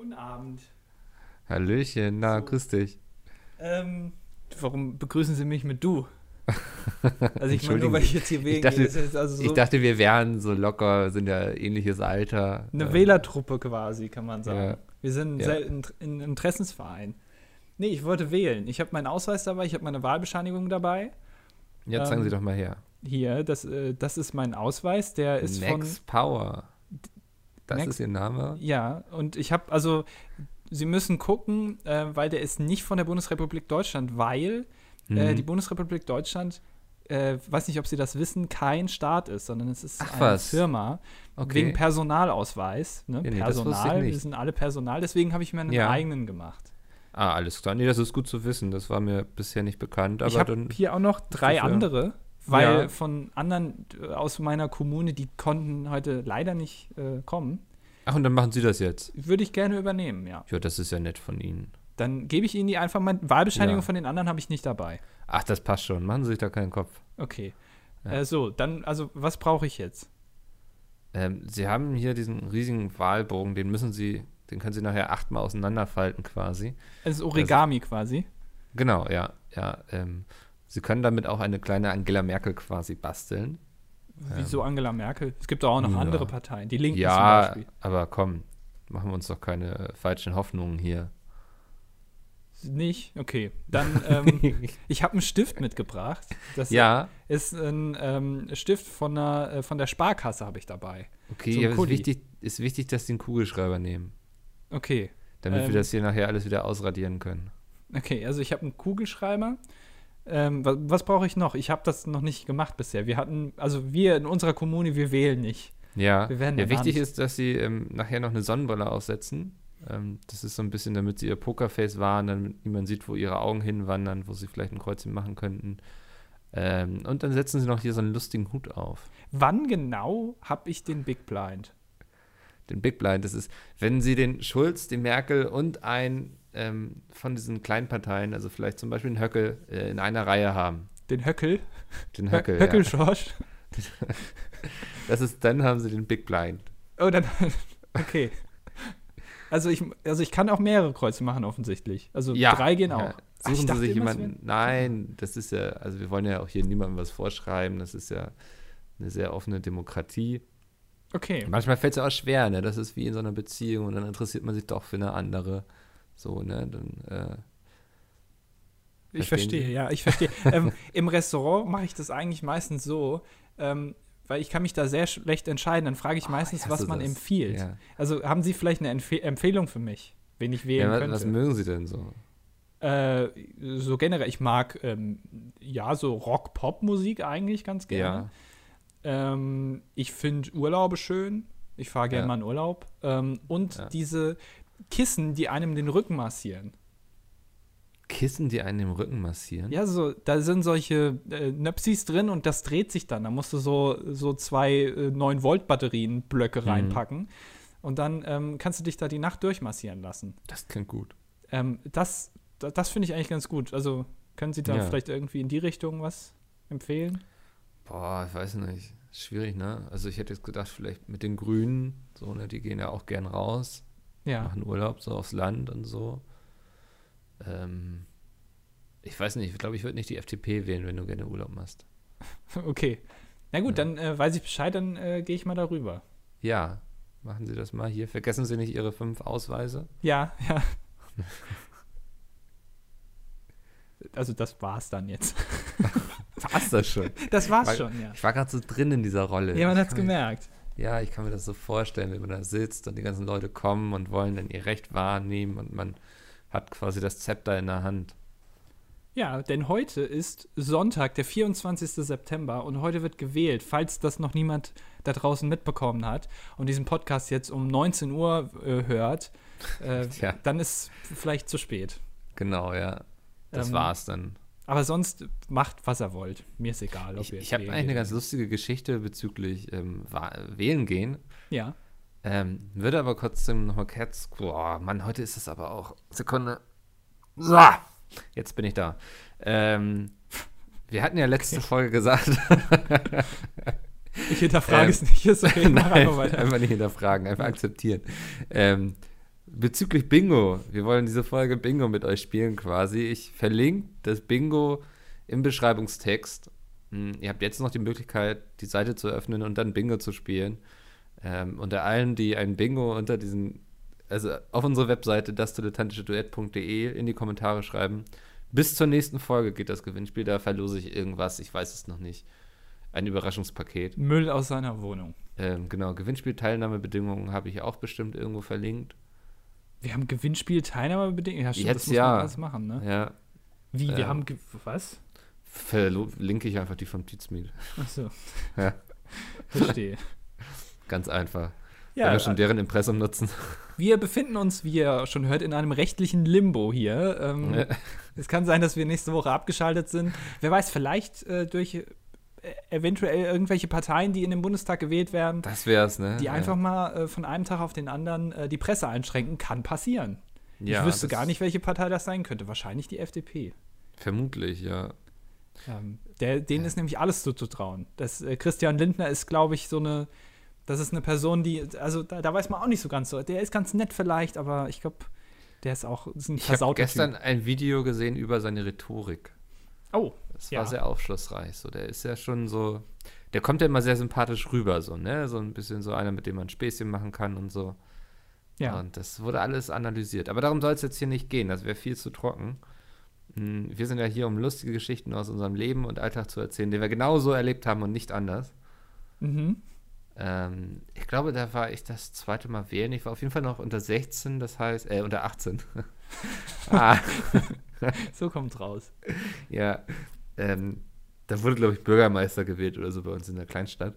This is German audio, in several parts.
Guten Abend. Hallöchen, na, So, grüß dich. warum begrüßen Sie mich mit du? Also ich meine nur, Entschuldigen weil Sie. ich jetzt hier Ich wählen gehe. dachte, Das ist also ich so dachte, wir wären so locker, sind ja ähnliches Alter. eine Wählertruppe quasi, kann man Ja, sagen. Wir sind ja. ein Interessensverein. Nee, ich wollte wählen. Ich habe meinen Ausweis dabei, ich habe meine Wahlbescheinigung dabei. Jetzt sagen Sie Ähm, doch mal her. Hier, das ist mein Ausweis, der ist von Max Power. Das ist Max. Ihr Name? Ja, und ich habe, also, Sie müssen gucken, weil der ist nicht von der Bundesrepublik Deutschland, weil die Hm. Bundesrepublik Deutschland, weiß nicht, ob Sie das wissen, kein Staat ist, sondern es ist Ach eine was. Firma wegen Okay. Personalausweis. Ne? Ja, nee, das wusste ich Personal, wir nicht. sind alle Personal, deswegen habe ich mir einen Ja. eigenen gemacht. Ah, alles klar. Nee, das ist gut zu wissen. Das war mir bisher nicht bekannt, Ich aber habe dann hier auch noch ist das 3 ja. andere, weil Ja. von anderen aus meiner Kommune, die konnten heute leider nicht kommen. Ach, und dann machen Sie das jetzt. Würde ich gerne übernehmen, ja. Ja, das ist ja nett von Ihnen. Dann gebe ich Ihnen die einfach mal. Wahlbescheinigung Ja. von den anderen habe ich nicht dabei. Ach, das passt schon. Machen Sie sich da keinen Kopf. Okay. Ja. So, dann, also, was brauche ich jetzt? Sie haben hier diesen riesigen Wahlbogen, den können Sie nachher 8-mal auseinanderfalten quasi. Es ist Origami quasi. Genau, ja, ja. Sie können damit auch eine kleine Angela Merkel quasi basteln. Wieso Angela Merkel? Es gibt doch auch noch Ja. andere Parteien. Die Linken zum Ja, Beispiel. aber komm, machen wir uns doch keine falschen Hoffnungen hier. Nicht? Okay. Dann, ich habe einen Stift mitgebracht. Das Ja, ist ein Stift von der Sparkasse habe ich dabei. okay, So ein ja, Kuli. ist wichtig, dass Sie einen Kugelschreiber nehmen, Okay. damit wir Ähm, das hier nachher alles wieder ausradieren können. Okay, also ich habe einen Kugelschreiber. Was brauche ich noch? Ich habe das noch nicht gemacht bisher. Also wir in unserer Kommune, wir wählen nicht. Ja, Wir werden ja, ernannt. wichtig ist, dass Sie nachher noch eine Sonnenbrille aufsetzen. Das ist so ein bisschen, damit Sie Ihr Pokerface wahren, damit niemand sieht, wo Ihre Augen hinwandern, wo Sie vielleicht ein Kreuzchen machen könnten. Und dann setzen Sie noch hier so einen lustigen Hut auf. Wann genau habe ich den Big Blind? Den Big Blind, das ist, wenn Sie den Schulz, die Merkel und einen von diesen kleinen Parteien, also vielleicht zum Beispiel den Höcke, in einer Reihe haben. Den Höckel? Den Höcke, ja. Höckelschorsch? Dann haben Sie den Big Blind. Oh, dann. Okay. Also ich kann auch mehrere Kreuze machen, offensichtlich. Also Ja. 3 gehen auch. Ja. Ach, ich Suchen Sie dachte sich immer, es jemanden. Nein, das ist ja, also wir wollen ja auch hier niemandem was vorschreiben. Das ist ja eine sehr offene Demokratie. Okay. Manchmal fällt es ja auch schwer, ne? Das ist wie in so einer Beziehung und dann interessiert man sich doch für eine andere. So, ne? Dann, Ich verstehen verstehe, Sie? ja, ich verstehe. Im Restaurant mache ich das eigentlich meistens so, weil ich kann mich da sehr schlecht entscheiden. Dann frage ich meistens, ich was hasse man das. empfiehlt. Ja. Also haben Sie vielleicht eine Empfehlung für mich, wen ich wählen Ja, könnte? was mögen Sie denn so? So generell, ich mag ja so Rock-Pop-Musik eigentlich ganz gerne. Ich finde Urlaube schön. Ich fahre gerne Ja. mal in Urlaub. Und Ja. diese Kissen, die einem den Rücken massieren. Kissen, die einen im Rücken massieren? Ja, so, da sind solche Nöpsis drin und das dreht sich dann. Da musst du so 2 9-Volt-Batterien-Blöcke reinpacken. Und dann kannst du dich da die Nacht durchmassieren lassen. Das klingt gut. Das finde ich eigentlich ganz gut. Also können Sie da Ja. vielleicht irgendwie in die Richtung was empfehlen? Boah, ich weiß nicht. Schwierig, ne? Also ich hätte jetzt gedacht, vielleicht mit den Grünen, so, ne, die gehen ja auch gern raus, Ja. machen Urlaub so aufs Land und so. Ich weiß nicht, ich glaube, ich würde nicht die FDP wählen, wenn du gerne Urlaub machst. Okay. Na gut, Ja. dann weiß ich Bescheid, dann gehe ich mal darüber. Ja, machen Sie das mal hier. Vergessen Sie nicht Ihre 5 Ausweise. Ja, ja. Also das war's dann jetzt. War's das schon? Das war's War- schon, ja. Ich war gerade so drin in dieser Rolle. Ja, man Ich hat's kann mir- gemerkt. Ja, ich kann mir das so vorstellen, wenn man da sitzt und die ganzen Leute kommen und wollen dann ihr Recht wahrnehmen und man hat quasi das Zepter in der Hand. Ja, denn heute ist Sonntag, der 24. September und heute wird gewählt, falls das noch niemand da draußen mitbekommen hat und diesen Podcast jetzt um 19 Uhr hört, Tja. dann ist vielleicht zu spät. Genau, ja. Das Ähm, war's dann. Aber sonst macht, was ihr wollt. Mir ist egal, ob ihr Ich habe wählen eigentlich eine geht ganz oder lustige Geschichte bezüglich Wählen gehen. nicht. Ja. Würde aber trotzdem nochmal boah, Mann, heute ist es aber auch. Sekunde. Uah, jetzt bin ich da. Wir hatten ja letzte Folge gesagt. Ich hinterfrage es nicht. Ist okay, mach einfach Nein, weiter. einfach nicht hinterfragen, einfach akzeptieren. bezüglich Bingo. Wir wollen diese Folge Bingo mit euch spielen quasi. Ich verlinke das Bingo im Beschreibungstext. Ihr habt jetzt noch die Möglichkeit, die Seite zu öffnen und dann Bingo zu spielen. Unter allen, die ein Bingo also auf unsere Webseite dasdilettantischeduett.de in die Kommentare schreiben. Bis zur nächsten Folge geht das Gewinnspiel, da verlose ich irgendwas, ich weiß es noch nicht. Ein Überraschungspaket. Müll aus seiner Wohnung. Genau, Gewinnspiel-Teilnahmebedingungen habe ich auch bestimmt irgendwo verlinkt. Wir haben Gewinnspiel-Teilnahmebedingungen? Ja, stimmt, Jetzt das muss man alles machen, ne? Ja. Wie, wir haben, was? Verlinke ich einfach die vom Tietzmeet. Achso. Ja. Verstehe. Ganz einfach. Ja, wenn wir schon deren Impressum nutzen. Wir befinden uns, wie ihr schon hört, in einem rechtlichen Limbo hier. Es kann sein, dass wir nächste Woche abgeschaltet sind. Wer weiß, vielleicht durch eventuell irgendwelche Parteien, die in den Bundestag gewählt werden. Das wär's, ne? Die einfach mal von einem Tag auf den anderen die Presse einschränken. Kann passieren. Ja, ich wüsste gar nicht, welche Partei das sein könnte. Wahrscheinlich die FDP. Vermutlich, ja. Denen ist nämlich alles zuzutrauen. Christian Lindner ist, glaube ich, das ist eine Person, die, also da weiß man auch nicht so ganz so. Der ist ganz nett vielleicht, aber ich glaube, der ist auch ein Ich habe gestern ein Video gesehen über seine Rhetorik. Oh, das war sehr aufschlussreich. So, der ist ja schon so, der kommt ja immer sehr sympathisch rüber, so, ne? So ein bisschen so einer, mit dem man Späßchen machen kann und so. Ja. Und das wurde alles analysiert. Aber darum soll es jetzt hier nicht gehen. Das wäre viel zu trocken. Wir sind ja hier, um lustige Geschichten aus unserem Leben und Alltag zu erzählen, den wir genauso erlebt haben und nicht anders. Mhm. Ich glaube, da war ich das zweite Mal wählen. Ich war auf jeden Fall noch unter 16, das heißt, unter 18. So kommt's raus. Ja, da wurde, glaube ich, Bürgermeister gewählt oder so bei uns in der Kleinstadt.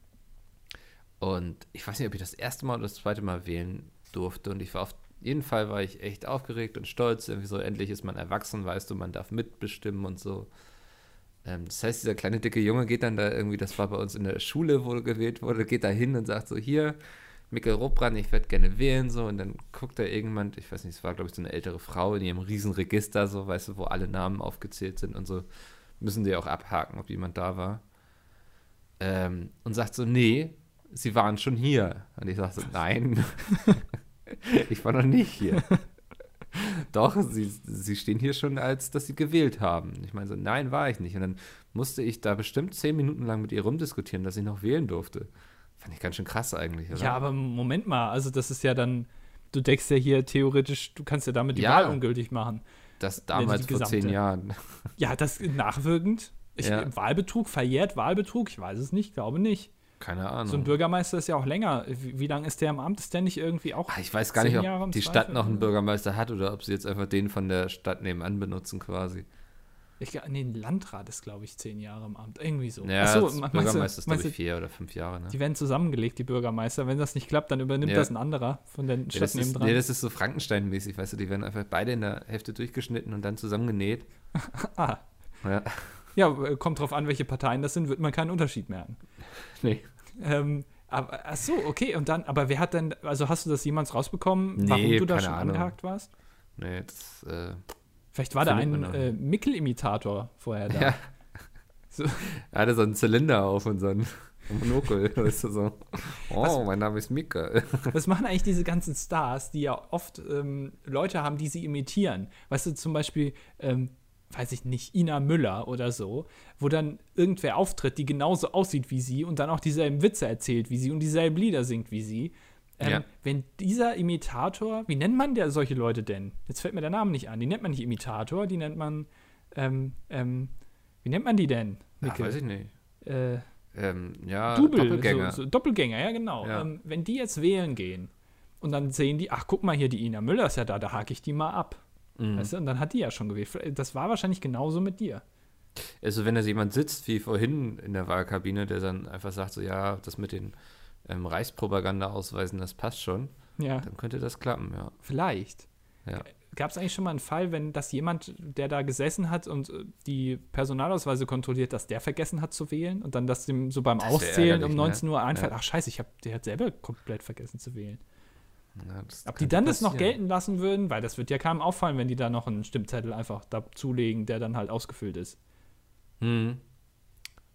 Und ich weiß nicht, ob ich das erste Mal oder das zweite Mal wählen durfte. Und auf jeden Fall war ich echt aufgeregt und stolz. Irgendwie so, endlich ist man erwachsen, weißt du, man darf mitbestimmen und so. Das heißt, dieser kleine, dicke Junge geht dann da irgendwie, das war bei uns in der Schule, wo gewählt wurde, geht da hin und sagt so, hier, Mikkel Ruppran, ich werde gerne wählen, so. Und dann guckt da irgendjemand, ich weiß nicht, es war, glaube ich, so eine ältere Frau in ihrem Riesenregister, so, weißt du, wo alle Namen aufgezählt sind und so. Müssen die auch abhaken, ob jemand da war. Und sagt so, nee, sie waren schon hier. Und ich sage so, nein, ich war noch nicht hier. Doch, sie stehen hier schon, als dass sie gewählt haben. Ich meine so, nein, war ich nicht. Und dann musste ich da bestimmt 10 Minuten lang mit ihr rumdiskutieren, dass ich noch wählen durfte. Fand ich ganz schön krass eigentlich, oder? Ja, aber Moment mal, also das ist ja dann, du denkst ja hier theoretisch, du kannst ja damit die Wahl ungültig machen. Das damals vor 10 Jahren. Ja, das nachwirkend. Wahlbetrug, verjährt Wahlbetrug? Ich weiß es nicht, glaube nicht. Keine Ahnung. So ein Bürgermeister ist ja auch länger. Wie lange ist der im Amt? Ist der nicht irgendwie auch ich weiß gar nicht, ob die Stadt noch einen Bürgermeister hat oder ob sie jetzt einfach den von der Stadt nebenan benutzen quasi. Ein Landrat ist, glaube ich, 10 Jahre im Amt. Irgendwie so. Ja, Bürgermeister ist, glaube ich, 4 oder 5 Jahre. Ne? Die werden zusammengelegt, die Bürgermeister. Wenn das nicht klappt, dann übernimmt das ein anderer von den Stadt nebendran. Nee, das ist so Frankenstein-mäßig, weißt du, die werden einfach beide in der Hälfte durchgeschnitten und dann zusammengenäht. Ja, kommt drauf an, welche Parteien das sind, wird man keinen Unterschied merken. Nee. Ach so, okay. Und dann, aber wer hat denn, also hast du das jemals rausbekommen, warum du da schon angehakt warst? Nee, das, vielleicht war da ein Mickel-Imitator vorher da. Ja. So. Er hatte so einen Zylinder auf und so einen Monokel, weißt du, so. Mein Name ist Mickel. Was machen eigentlich diese ganzen Stars, die ja oft Leute haben, die sie imitieren? Weißt du, zum Beispiel, weiß ich nicht, Ina Müller oder so, wo dann irgendwer auftritt, die genauso aussieht wie sie und dann auch dieselben Witze erzählt wie sie und dieselben Lieder singt wie sie. Wenn dieser Imitator, wie nennt man solche Leute denn? Jetzt fällt mir der Name nicht an. Die nennt man nicht Imitator, die nennt man, wie nennt man die denn? Weiß ich nicht. Double, Doppelgänger. So Doppelgänger, ja genau. Ja. Wenn die jetzt wählen gehen und dann sehen die, ach guck mal hier, die Ina Müller ist ja da hake ich die mal ab. Weißt du? Und dann hat die ja schon gewählt. Das war wahrscheinlich genauso mit dir. Also wenn da jemand sitzt, wie vorhin in der Wahlkabine, der dann einfach sagt, so ja, das mit den Reichspropaganda-Ausweisen, das passt schon, dann könnte das klappen, ja. Vielleicht. Ja. Gab es eigentlich schon mal einen Fall, wenn das jemand, der da gesessen hat und die Personalausweise kontrolliert, dass der vergessen hat zu wählen und dann das dem so beim Auszählen um 19 Uhr einfällt, ach scheiße, der hat selber komplett vergessen zu wählen. Ja, ob die dann das noch gelten lassen würden, weil das wird ja keinem auffallen, wenn die da noch einen Stimmzettel einfach da zulegen, der dann halt ausgefüllt ist.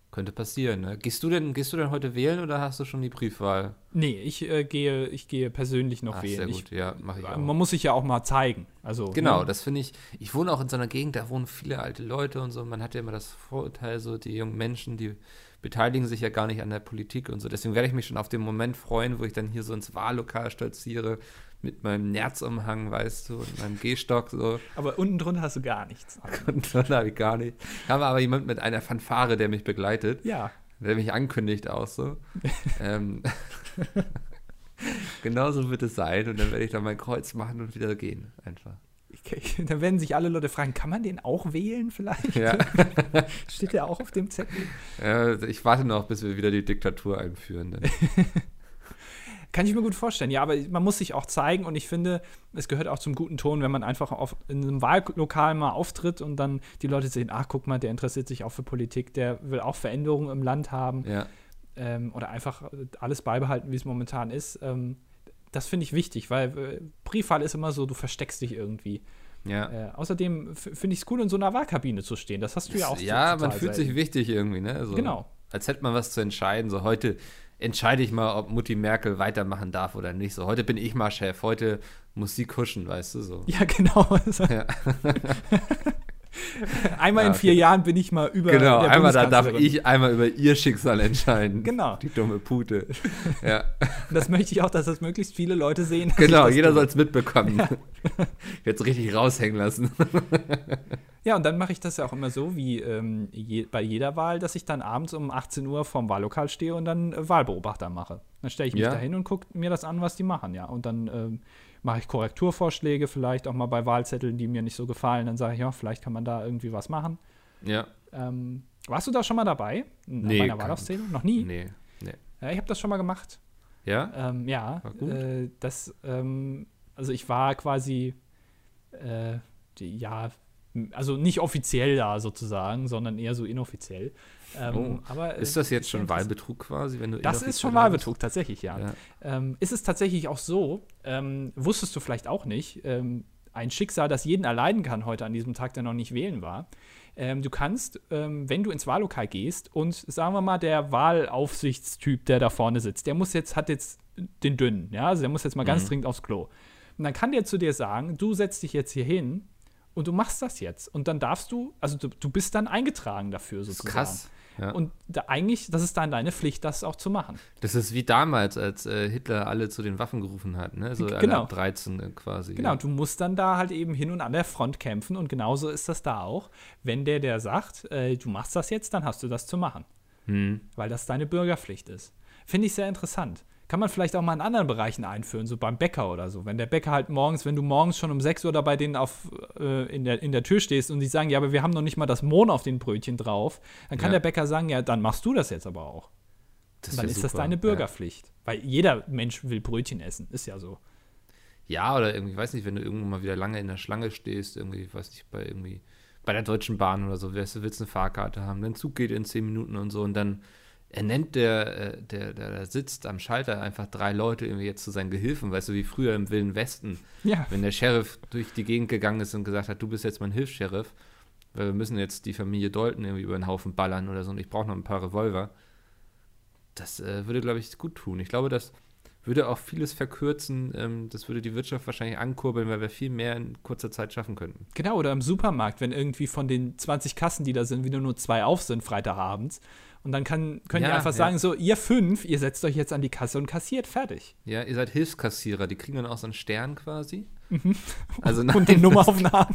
Könnte passieren, ne? Gehst du denn heute wählen oder hast du schon die Briefwahl? Nee, ich gehe persönlich noch wählen. Sehr gut, ja, mache ich auch. Man muss sich ja auch mal zeigen. Also, Genau, ne? das finde ich wohne auch in so einer Gegend, da wohnen viele alte Leute und so. Man hat ja immer das Vorurteil, so die jungen Menschen, die beteiligen sich ja gar nicht an der Politik und so. Deswegen werde ich mich schon auf den Moment freuen, wo ich dann hier so ins Wahllokal stolziere mit meinem Nerzumhang, weißt du, und meinem Gehstock so. Aber unten drunter hast du gar nichts. Und dann habe ich gar nicht. Ich habe aber jemand mit einer Fanfare, der mich begleitet, Ja. der mich ankündigt auch so. Genauso wird es sein und dann werde ich da mein Kreuz machen und wieder gehen, einfach. Okay. Dann werden sich alle Leute fragen, kann man den auch wählen vielleicht? Ja. Steht der auch auf dem Zettel? Ich warte noch, bis wir wieder die Diktatur einführen. Dann. Kann ich mir gut vorstellen. Ja, aber man muss sich auch zeigen und ich finde, es gehört auch zum guten Ton, wenn man einfach in einem Wahllokal mal auftritt und dann die Leute sehen, ach, guck mal, der interessiert sich auch für Politik, der will auch Veränderungen im Land haben. Ja. Oder einfach alles beibehalten, wie es momentan ist. Das finde ich wichtig, weil Briefwahl ist immer so, du versteckst dich irgendwie. Ja. Außerdem finde ich es cool, in so einer Wahlkabine zu stehen. Das hast du ja auch. Ja, total man fühlt selten. sich wichtig irgendwie, ne? So, Genau. als hätte man was zu entscheiden. So, heute entscheide ich mal, ob Mutti Merkel weitermachen darf oder nicht. So, heute bin ich mal Chef, heute muss sie kuschen, weißt du, so. Ja, genau. Ja. Einmal in 4 Jahren bin ich mal über Genau, der einmal da darf Bundeskanzlerin. ich einmal über ihr Schicksal entscheiden. Genau. Die dumme Pute. Ja. Und das möchte ich auch, dass das möglichst viele Leute sehen. dass Genau, ich das jeder tue. soll es mitbekommen. Ja. Jetzt richtig raushängen lassen. Ja, und dann mache ich das ja auch immer so, wie bei jeder Wahl, dass ich dann abends um 18 Uhr vorm Wahllokal stehe und dann Wahlbeobachter mache. Dann stelle ich mich da hin und gucke mir das an, was die machen, ja. Und dann mache ich Korrekturvorschläge, vielleicht auch mal bei Wahlzetteln, die mir nicht so gefallen. Dann sage ich, ja, vielleicht kann man da irgendwie was machen. Ja. Warst du da schon mal dabei? Nee, bei einer Wahlaufzählung? Noch nie? Nee. Ja, ich habe das schon mal gemacht. Ja? Ja. War gut? Also ich war quasi, also nicht offiziell da sozusagen, sondern eher so inoffiziell. Aber ist das jetzt schon Wahlbetrug quasi? Wenn du das ist schon Wahlbetrug, tatsächlich, ja. Ist es tatsächlich auch so, wusstest du vielleicht auch nicht, ein Schicksal, das jeden erleiden kann heute an diesem Tag, der noch nicht wählen war. Du kannst, wenn du ins Wahllokal gehst und sagen wir mal, der Wahlaufsichtstyp, der da vorne sitzt, hat jetzt den dünnen, ja, also der muss jetzt mal ganz dringend aufs Klo. Und dann kann der zu dir sagen, du setzt dich jetzt hier hin und du machst das jetzt. Und dann darfst du, also du bist dann eingetragen dafür sozusagen. Das ist krass. Ja. Und das ist dann deine Pflicht, das auch zu machen. Das ist wie damals, als Hitler alle zu den Waffen gerufen hat, ne? So alle Genau. ab 13 quasi. Genau, Ja. du musst dann da halt eben hin und an der Front kämpfen und genauso ist das da auch. Wenn der sagt, du machst das jetzt, dann hast du das zu machen. Weil das deine Bürgerpflicht ist. Finde ich sehr interessant. Kann man vielleicht auch mal in anderen Bereichen einführen, so beim Bäcker oder so. Wenn der Bäcker halt wenn du morgens schon um 6 Uhr da bei denen in der Tür stehst und die sagen, ja, aber wir haben noch nicht mal das Mohn auf den Brötchen drauf, dann kann der Bäcker sagen, ja, dann machst du das jetzt aber auch. Und dann ist das deine Bürgerpflicht. Weil jeder Mensch will Brötchen essen, ist ja so. Ja, oder irgendwie, weiß nicht, wenn du irgendwo mal wieder lange in der Schlange stehst, irgendwie, weiß nicht, bei der Deutschen Bahn oder so, willst eine Fahrkarte haben, dein Zug geht in 10 Minuten und so und dann ernennt der da sitzt am Schalter einfach 3 Leute irgendwie jetzt zu seinen Gehilfen, weißt du, wie früher im Wilden Westen. Ja. Wenn der Sheriff durch die Gegend gegangen ist und gesagt hat, du bist jetzt mein Hilfs-Sheriff, weil wir müssen jetzt die Familie Dalton irgendwie über den Haufen ballern oder so und ich brauche noch ein paar Revolver. Das würde, glaube ich, gut tun. Ich glaube, das würde auch vieles verkürzen. Das würde die Wirtschaft wahrscheinlich ankurbeln, weil wir viel mehr in kurzer Zeit schaffen könnten. Genau, oder im Supermarkt, wenn irgendwie von den 20 Kassen, die da sind, wieder nur 2 auf sind, Freitagabends. Und dann können die einfach sagen, so, ihr 5, ihr setzt euch jetzt an die Kasse und kassiert, fertig. Ja, ihr seid Hilfskassierer, die kriegen dann auch so einen Stern quasi. Also und den Nummeraufnahmen.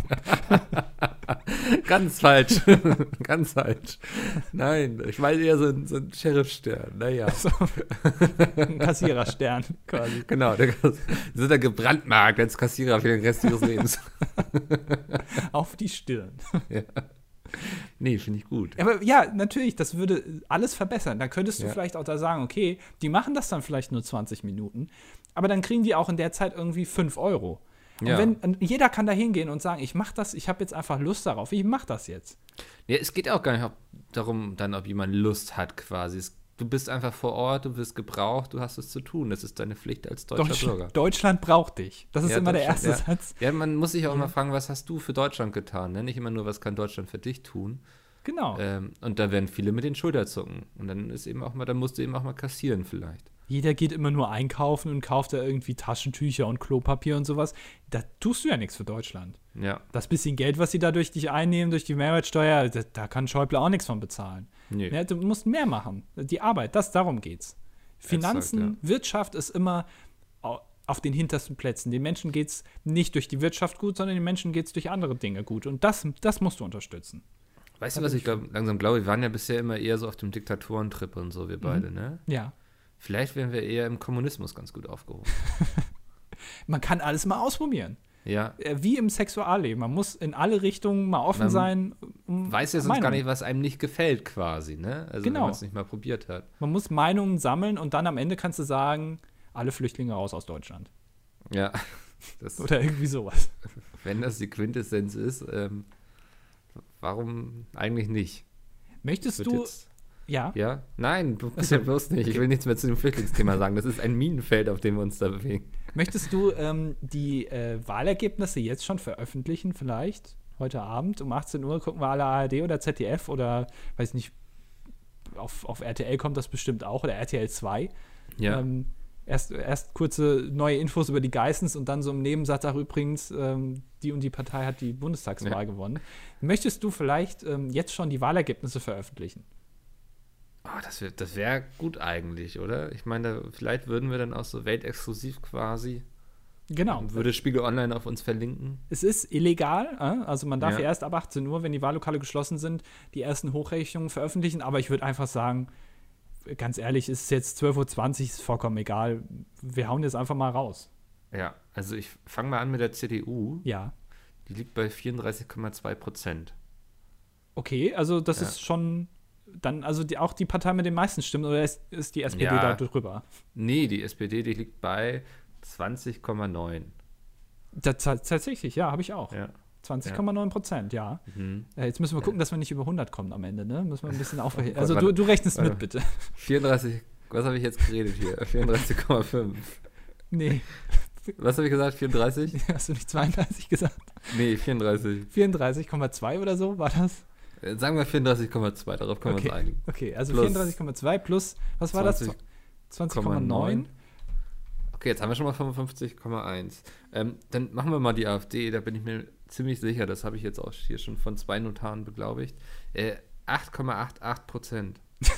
Ganz falsch. Ganz falsch. Nein, ich meine eher so ein Sheriff-Stern. Naja. So, ein Kassiererstern quasi. Genau, die sind dann gebrandmarkt als Kassierer für den Rest ihres Lebens. Auf die Stirn. Ja. Nee, finde ich gut. Aber ja, natürlich, das würde alles verbessern. Dann könntest du vielleicht auch da sagen, okay, die machen das dann vielleicht nur 20 Minuten, aber dann kriegen die auch in der Zeit irgendwie 5 Euro. Und jeder kann da hingehen und sagen, ich mache das, ich habe jetzt einfach Lust darauf, ich mache das jetzt. Ja, es geht auch gar nicht darum, dann, ob jemand Lust hat quasi. Du bist einfach vor Ort, du wirst gebraucht, du hast es zu tun. Das ist deine Pflicht als deutscher Bürger. Deutschland braucht dich. Das ist immer der erste Satz. Ja, man muss sich auch immer fragen, was hast du für Deutschland getan? Ne? Nicht immer nur, was kann Deutschland für dich tun, Genau. Und da werden viele mit den Schultern zucken. Und dann dann musst du eben auch mal kassieren vielleicht. Jeder geht immer nur einkaufen und kauft da irgendwie Taschentücher und Klopapier und sowas. Da tust du ja nichts für Deutschland. Ja. Das bisschen Geld, was sie da durch dich einnehmen, durch die Mehrwertsteuer, da kann Schäuble auch nichts von bezahlen. Nee. Ja, du musst mehr machen. Die Arbeit, darum geht's. Finanzen, Exakt, ja. Wirtschaft ist immer auf den hintersten Plätzen. Den Menschen geht's nicht durch die Wirtschaft gut, sondern den Menschen geht's durch andere Dinge gut. Und das musst du unterstützen. Weißt du, was ich langsam glaube? Wir waren ja bisher immer eher so auf dem Diktatorentrip und so, wir beide, ne? Ja. Vielleicht wären wir eher im Kommunismus ganz gut aufgehoben. Man kann alles mal ausprobieren. Ja. Wie im Sexualleben. Man muss in alle Richtungen mal offen sein. Weiß ja sonst gar nicht, was einem nicht gefällt quasi, ne? Also Genau. wenn man es nicht mal probiert hat. Man muss Meinungen sammeln und dann am Ende kannst du sagen, alle Flüchtlinge raus aus Deutschland. Ja. Oder irgendwie sowas. Wenn das die Quintessenz ist, warum eigentlich nicht? Möchtest du... Ja? Ja? Nein, bitte bloß nicht. Ich will nichts mehr zu dem Flüchtlingsthema sagen. Das ist ein Minenfeld, auf dem wir uns da bewegen. Möchtest du die Wahlergebnisse jetzt schon veröffentlichen vielleicht? Heute Abend um 18 Uhr gucken wir alle ARD oder ZDF oder, weiß nicht, auf RTL kommt das bestimmt auch oder RTL 2. Ja. Erst kurze neue Infos über die Geissens und dann so im Nebensatz auch übrigens, die und die Partei hat die Bundestagswahl gewonnen. Möchtest du vielleicht jetzt schon die Wahlergebnisse veröffentlichen? Oh, das wäre gut eigentlich, oder? Ich meine, vielleicht würden wir dann auch so weltexklusiv quasi. Genau. Würde Spiegel Online auf uns verlinken. Es ist illegal, also man darf Ja. erst ab 18 Uhr, wenn die Wahllokale geschlossen sind, die ersten Hochrechnungen veröffentlichen, aber ich würde einfach sagen, ganz ehrlich, es ist jetzt 12:20 Uhr, ist vollkommen egal. Wir hauen jetzt einfach mal raus. Ja, also ich fange mal an mit der CDU. Ja. Die liegt bei 34,2%. Okay, also das Ja. ist schon dann, also auch die Partei mit den meisten Stimmen, oder ist die SPD Ja. da drüber? Nee, die SPD, die liegt bei 20,9. Tatsächlich, ja, habe ich auch. Ja. 20,9%, ja. Mhm. Jetzt müssen wir gucken, dass wir nicht über 100 kommen am Ende, ne? Müssen wir ein bisschen aufrechnen. Gott, Also warte. du rechnest mit, Warte. bitte. 34, was habe ich jetzt geredet hier? 34,5. Nee, Was habe ich gesagt? 34? hast du nicht 32 gesagt? Nee, 34. 34,2 oder so war das? Sagen wir 34,2, darauf können wir uns einigen. Okay, also Plus 34,2 plus, was war das? 20,9? Okay, jetzt haben wir schon mal 55,1. Dann machen wir mal die AfD, da bin ich mir ziemlich sicher, das habe ich jetzt auch hier schon von 2 Notaren beglaubigt. 8,88%.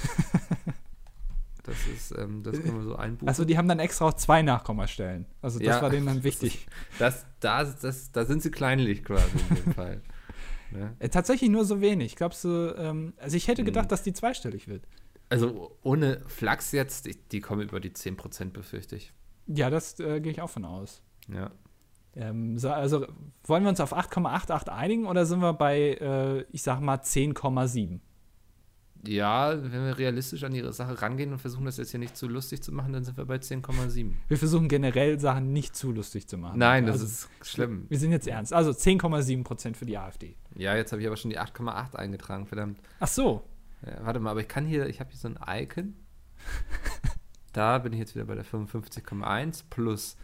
Das können wir so einbuchen. Also die haben dann extra auch 2 Nachkommastellen. Also das Ja, war denen dann wichtig. Da sind sie kleinlich quasi in dem Fall. Ne? Tatsächlich nur so wenig. Glaubst du, also ich hätte gedacht, dass die zweistellig wird. Also ohne Flachs jetzt, die kommen über die 10%, befürchte ich. Ja, das gehe ich auch von aus. Ja. Also wollen wir uns auf 8,88 einigen oder sind wir bei, ich sag mal, 10,7? Ja, wenn wir realistisch an die Sache rangehen und versuchen, das jetzt hier nicht zu lustig zu machen, dann sind wir bei 10,7. Wir versuchen generell Sachen nicht zu lustig zu machen. Nein, das Also, ist schlimm. wir sind jetzt ernst. Also 10,7% für die AfD. Ja, jetzt habe ich aber schon die 8,8 eingetragen, verdammt. Ach so. Ja, warte mal, aber ich habe hier so ein Icon. Da bin ich jetzt wieder bei der 55,1 plus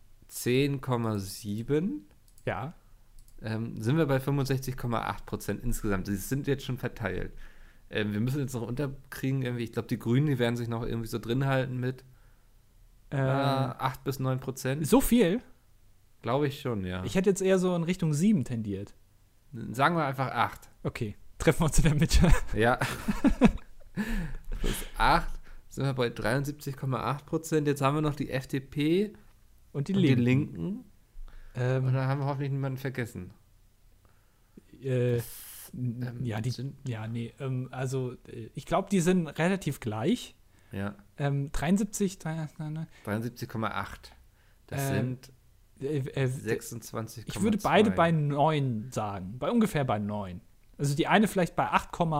10,7. Ja. Sind wir bei 65,8% insgesamt. Die sind jetzt schon verteilt. Wir müssen jetzt noch unterkriegen, irgendwie. Ich glaube, die Grünen, die werden sich noch irgendwie so drin halten mit 8 bis 9%. So viel? Glaube ich schon, ja. Ich hätte jetzt eher so in Richtung 7 tendiert. Sagen wir einfach 8. Okay, treffen wir uns in der Mitte. Ja. Plus 8 sind wir bei 73,8%. Jetzt haben wir noch die FDP Und die und Linken. die Linken. Und Ähm, dann haben wir hoffentlich niemanden vergessen. ich glaube, die sind relativ gleich. Ja. 73, 73,8. Das Ähm, sind äh, 26,2. ich würde beide bei 9 sagen. Ungefähr bei 9. Also die eine vielleicht bei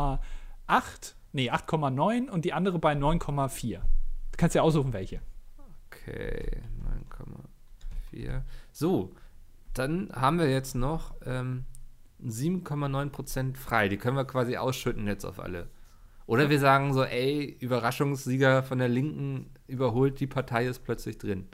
8,9 und die andere bei 9,4. Du kannst ja aussuchen, welche. Okay, 9,4. So, dann haben wir jetzt noch 7,9% frei. Die können wir quasi ausschütten jetzt auf alle. Oder wir sagen so, ey, Überraschungssieger von der Linken überholt, die Partei ist plötzlich drin.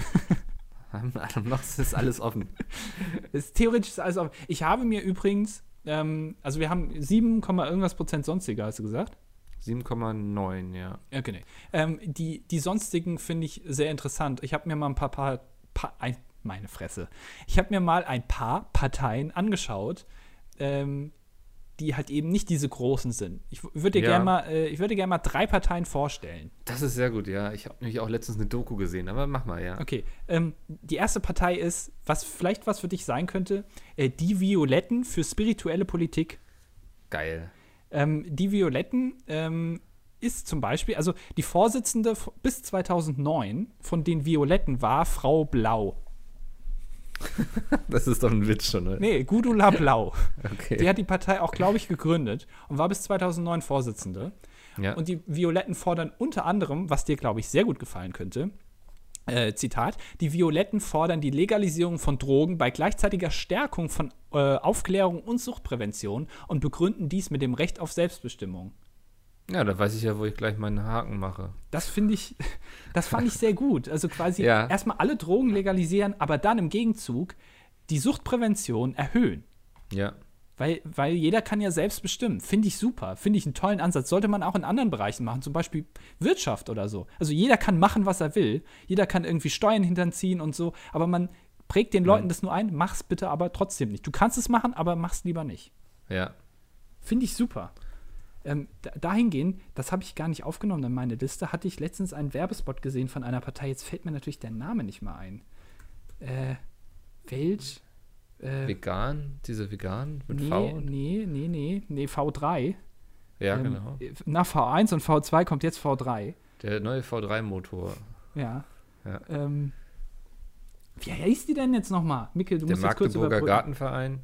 Noch ist alles offen. Theoretisch ist alles offen. Ich habe mir übrigens Also wir haben 7, irgendwas Prozent sonstiger, hast du gesagt? 7,9, ja. Ja, genau. Die sonstigen finde ich sehr interessant. Ich habe mir mal meine Fresse. Ich habe mir mal ein paar Parteien angeschaut, die halt eben nicht diese großen sind. Ich würde dir gerne mal 3 Parteien vorstellen. Das ist sehr gut, ja. Ich habe nämlich auch letztens eine Doku gesehen, aber mach mal, ja. Okay, die erste Partei ist, was vielleicht was für dich sein könnte, die Violetten für spirituelle Politik. Geil. Die Violetten ist zum Beispiel, also die Vorsitzende bis 2009 von den Violetten war Frau Blau. Das ist doch ein Witz schon, oder? Nee, Gudula Blau. Okay. Die hat die Partei auch, glaube ich, gegründet und war bis 2009 Vorsitzende. Ja. Und die Violetten fordern unter anderem, was dir, glaube ich, sehr gut gefallen könnte, Zitat, die Violetten fordern die Legalisierung von Drogen bei gleichzeitiger Stärkung von Aufklärung und Suchtprävention und begründen dies mit dem Recht auf Selbstbestimmung. Ja, da weiß ich ja, wo ich gleich meinen Haken mache. Das fand ich sehr gut. Also quasi Ja. erstmal alle Drogen legalisieren, aber dann im Gegenzug die Suchtprävention erhöhen. Ja. Weil jeder kann ja selbst bestimmen. Finde ich super. Finde ich einen tollen Ansatz. Sollte man auch in anderen Bereichen machen, zum Beispiel Wirtschaft oder so. Also jeder kann machen, was er will. Jeder kann irgendwie Steuern hinterziehen und so. Aber man prägt den Leuten das nur ein. Mach's bitte aber trotzdem nicht. Du kannst es machen, aber mach's lieber nicht. Ja. Finde ich super. Dahingehend, das habe ich gar nicht aufgenommen in meine Liste, hatte ich letztens einen Werbespot gesehen von einer Partei. Jetzt fällt mir natürlich der Name nicht mehr ein. Vegan? Diese Vegan mit Nee, V? nee, V3. Ja, genau. Nach V1 und V2 kommt jetzt V3. Der neue V3-Motor. Ja. Ja. Wie heißt die denn jetzt nochmal? Mikkel, du Der musst jetzt kurz Magdeburger überbrücken. Gartenverein.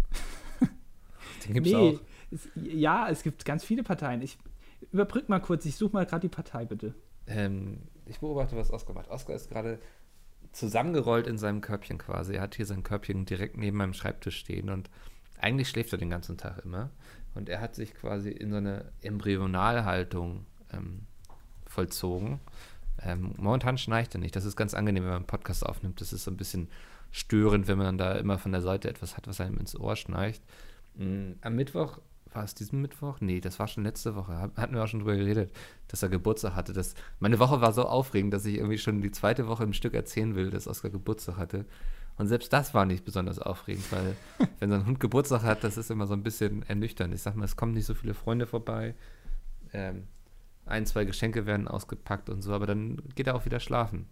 Den gibt's auch. Es gibt ganz viele Parteien. Ich überbrück mal kurz, ich suche mal gerade die Partei, bitte. Ich beobachte, was Oskar macht. Oskar ist gerade zusammengerollt in seinem Körbchen quasi. Er hat hier sein Körbchen direkt neben meinem Schreibtisch stehen und eigentlich schläft er den ganzen Tag immer. Und er hat sich quasi in so eine Embryonalhaltung vollzogen. Momentan schnarcht er nicht. Das ist ganz angenehm, wenn man einen Podcast aufnimmt. Das ist so ein bisschen störend, wenn man dann da immer von der Seite etwas hat, was einem ins Ohr schnarcht. Am Mittwoch, war es diesen Mittwoch? Nee, das war schon letzte Woche. Hatten wir auch schon drüber geredet, dass er Geburtstag hatte. Meine Woche war so aufregend, dass ich irgendwie schon die zweite Woche im Stück erzählen will, dass Oskar Geburtstag hatte. Und selbst das war nicht besonders aufregend, weil wenn so ein Hund Geburtstag hat, das ist immer so ein bisschen ernüchternd. Ich sag mal, es kommen nicht so viele Freunde vorbei. 1, 2 Geschenke werden ausgepackt und so, aber dann geht er auch wieder schlafen.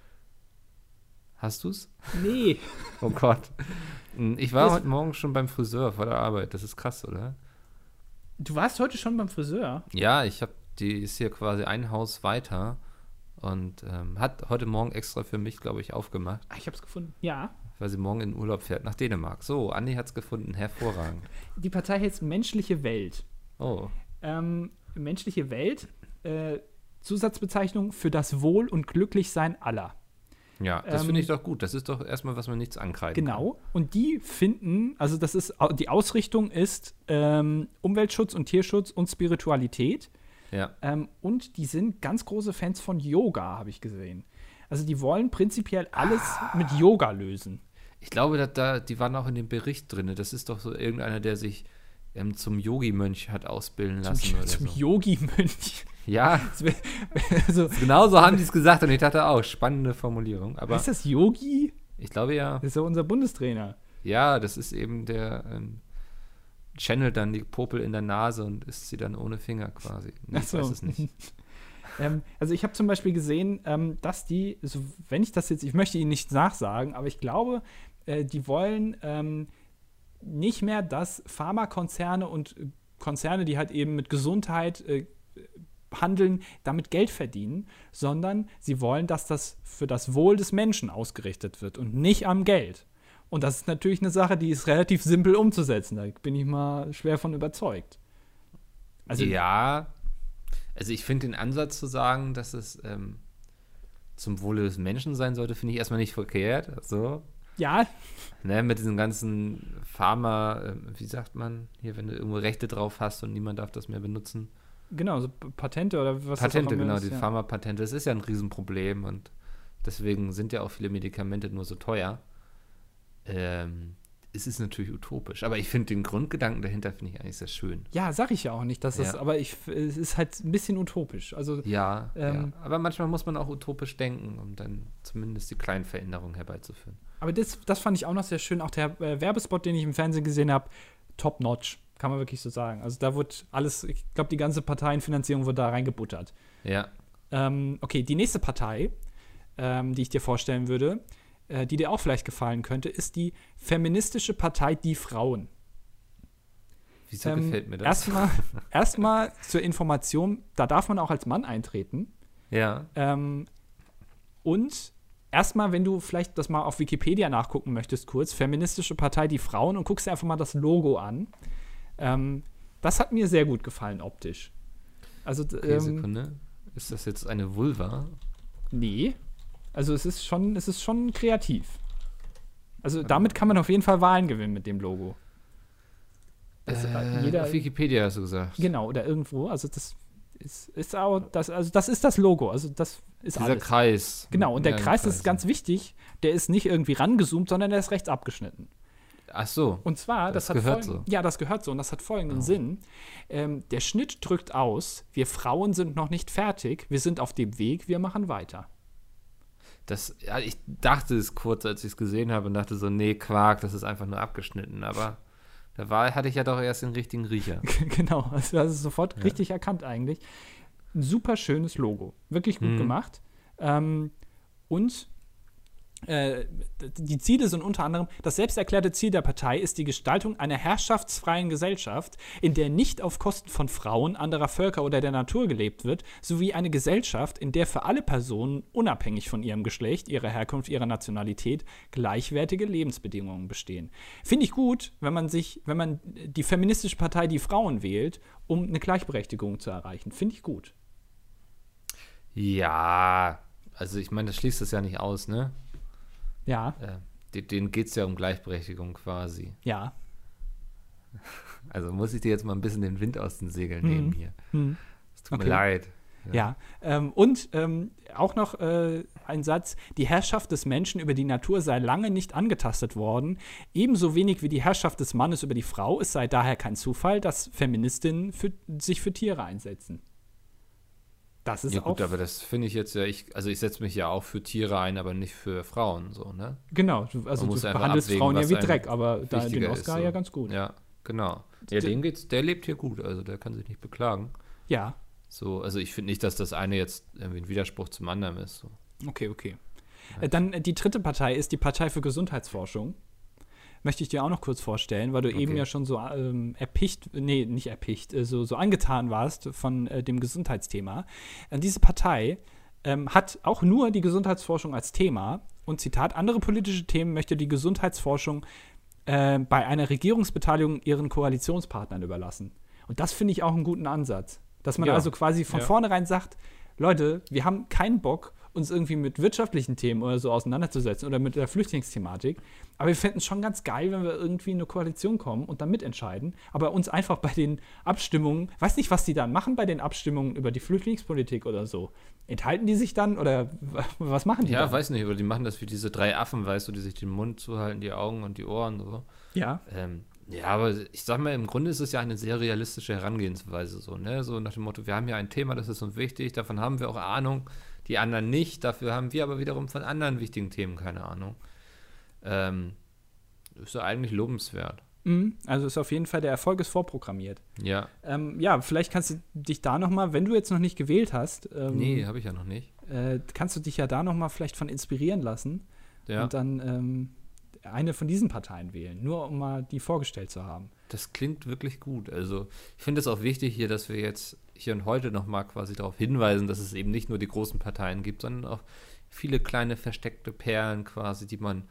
Hast du's? Nee. Oh Gott. Ich war heute Morgen schon beim Friseur vor der Arbeit. Das ist krass, oder? Du warst heute schon beim Friseur? Ja, die ist hier quasi ein Haus weiter und hat heute Morgen extra für mich, glaube ich, aufgemacht. Ach, ich hab's gefunden. Ja. Weil sie morgen in Urlaub fährt nach Dänemark. So, Andi hat's gefunden. Hervorragend. Die Partei heißt Menschliche Welt. Oh. Menschliche Welt, Zusatzbezeichnung für das Wohl und Glücklichsein aller. Ja, das finde ich doch gut. Das ist doch erstmal, was man nichts ankreiden kann. Genau. Und die finden, also die Ausrichtung ist Umweltschutz und Tierschutz und Spiritualität. Ja. Und die sind ganz große Fans von Yoga, habe ich gesehen. Also die wollen prinzipiell alles mit Yoga lösen. Ich glaube, die waren auch in dem Bericht drin. Das ist doch so irgendeiner, der sich zum Yogi-Mönch hat ausbilden lassen. Zum Yogi-Mönch. Ja, also, genau so haben die es gesagt und ich dachte auch, spannende Formulierung. Aber ist das Yogi? Ich glaube ja. Das ist ja unser Bundestrainer. Ja, das ist eben der channelt dann die Popel in der Nase und isst sie dann ohne Finger quasi. Nee, ich weiß es nicht. Also ich habe zum Beispiel gesehen, dass die, also wenn ich das jetzt, ich möchte Ihnen nicht nachsagen, aber ich glaube, die wollen nicht mehr, dass Pharmakonzerne und Konzerne, die halt eben mit Gesundheit handeln, damit Geld verdienen, sondern sie wollen, dass das für das Wohl des Menschen ausgerichtet wird und nicht am Geld. Und das ist natürlich eine Sache, die ist relativ simpel umzusetzen. Da bin ich mal schwer von überzeugt. Also, ja, also ich finde den Ansatz zu sagen, dass es zum Wohle des Menschen sein sollte, finde ich erstmal nicht verkehrt. So. Ja. Ne, mit diesen ganzen Pharma, wie sagt man, hier, wenn du irgendwo Rechte drauf hast und niemand darf das mehr benutzen. Genau, so Patente oder was Patente, das auch immer genau, ist, die Pharmapatente, das ist ja ein Riesenproblem und deswegen sind ja auch viele Medikamente nur so teuer. es ist natürlich utopisch. Aber ich finde den Grundgedanken dahinter, finde ich eigentlich sehr schön. Ja, sag ich ja auch nicht, dass das, Ja. aber es ist halt ein bisschen utopisch. Also, Ja, Ähm, ja. Aber manchmal muss man auch utopisch denken, um dann zumindest die kleinen Veränderungen herbeizuführen. aber das fand ich auch noch sehr schön. Auch der Werbespot, den ich im Fernsehen gesehen habe, top notch, kann man wirklich so sagen. Also da wird alles, ich glaube, die ganze Parteienfinanzierung wird da reingebuttert. Ja. Okay, die nächste Partei, die ich dir vorstellen würde, die dir auch vielleicht gefallen könnte, ist die Feministische Partei Die Frauen. Wieso gefällt mir das? Erstmal zur Information, da darf man auch als Mann eintreten. Ja. Und erstmal, wenn du vielleicht das mal auf Wikipedia nachgucken möchtest, kurz, Feministische Partei Die Frauen, und guckst dir einfach mal das Logo an. Das hat mir sehr gut gefallen optisch. Also, Okay, Sekunde. Ist das jetzt eine Vulva? nee. Also es ist schon kreativ. Also damit kann man auf jeden Fall Wahlen gewinnen mit dem Logo. Das, Auf Wikipedia hast du gesagt. Genau, oder irgendwo. Also das ist auch das ist das Logo. Also das ist Dieser alles. Kreis. Genau, und der Ja, Kreis Kreise. ist ganz wichtig. Der ist nicht irgendwie rangezoomt, sondern der ist rechts abgeschnitten. Ach so. Und zwar, Das hat gehört folgenden, so. ja, das gehört so und das hat folgenden Sinn. Der Schnitt drückt aus, wir Frauen sind noch nicht fertig, wir sind auf dem Weg, wir machen weiter. Ja, ich dachte es kurz, als ich es gesehen habe und dachte so, nee, Quark, das ist einfach nur abgeschnitten. Aber da hatte ich ja doch erst den richtigen Riecher. Genau, also das ist sofort richtig erkannt eigentlich. Ein super schönes Logo, wirklich gut gemacht. Und die Ziele sind unter anderem, das selbsterklärte Ziel der Partei ist die Gestaltung einer herrschaftsfreien Gesellschaft, in der nicht auf Kosten von Frauen, anderer Völker oder der Natur gelebt wird, sowie eine Gesellschaft, in der für alle Personen, unabhängig von ihrem Geschlecht, ihrer Herkunft, ihrer Nationalität, gleichwertige Lebensbedingungen bestehen. Finde ich gut, wenn man die Feministische Partei Die Frauen wählt, um eine Gleichberechtigung zu erreichen. Finde ich gut. Ja, also ich meine, das schließt das ja nicht aus, ne? Ja, Denen geht es ja um Gleichberechtigung quasi. ja. Also muss ich dir jetzt mal ein bisschen den Wind aus den Segeln nehmen hier. Es tut mir Okay. leid. Ja, und auch noch ein Satz, die Herrschaft des Menschen über die Natur sei lange nicht angetastet worden, ebenso wenig wie die Herrschaft des Mannes über die Frau, es sei daher kein Zufall, dass Feministinnen sich für Tiere einsetzen. Das ist Ja gut, auch, aber das finde ich jetzt ja, ich setze mich ja auch für Tiere ein, aber nicht für Frauen, so, ne? genau, also Man du muss einfach behandelst abwägen, Frauen ja was wie einem Dreck, aber da den wichtiger Oscar ist, so. ja ganz gut. Ja, genau. Ja, der lebt hier gut, also der kann sich nicht beklagen. Ja, So, also ich finde nicht, dass das eine jetzt irgendwie ein Widerspruch zum anderen ist. So. okay. Dann die dritte Partei ist die Partei für Gesundheitsforschung. Möchte ich dir auch noch kurz vorstellen, weil du eben ja schon so so angetan warst von dem Gesundheitsthema. Diese Partei hat auch nur die Gesundheitsforschung als Thema und Zitat, andere politische Themen möchte die Gesundheitsforschung bei einer Regierungsbeteiligung ihren Koalitionspartnern überlassen. Und das finde ich auch einen guten Ansatz. Dass man Ja. also quasi von vornherein sagt, Leute, wir haben keinen Bock, uns irgendwie mit wirtschaftlichen Themen oder so auseinanderzusetzen oder mit der Flüchtlingsthematik. Aber wir fänden es schon ganz geil, wenn wir irgendwie in eine Koalition kommen und dann mitentscheiden. Aber uns einfach bei den Abstimmungen, weiß nicht, was die dann machen bei den Abstimmungen über die Flüchtlingspolitik oder so. Enthalten die sich dann oder was machen die Ja, dann? weiß nicht, aber die machen das wie diese 3 Affen, weißt du, die sich den Mund zuhalten, die Augen und die Ohren so. Ja. Ja, aber ich sag mal, im Grunde ist es ja eine sehr realistische Herangehensweise so, ne? So nach dem Motto, wir haben ja ein Thema, das ist uns wichtig, davon haben wir auch Ahnung, die anderen nicht, dafür haben wir aber wiederum von anderen wichtigen Themen keine Ahnung. Ist ja eigentlich lobenswert. Also ist auf jeden Fall, der Erfolg ist vorprogrammiert. Ja. Ja, vielleicht kannst du dich da noch mal, wenn du jetzt noch nicht gewählt hast, Nee, habe ich ja noch nicht. kannst du dich ja da noch mal vielleicht von inspirieren lassen Ja. und dann eine von diesen Parteien wählen, nur um mal die vorgestellt zu haben. Das klingt wirklich gut. Also ich finde es auch wichtig hier, dass wir jetzt hier und heute nochmal quasi darauf hinweisen, dass es eben nicht nur die großen Parteien gibt, sondern auch viele kleine versteckte Perlen quasi, die man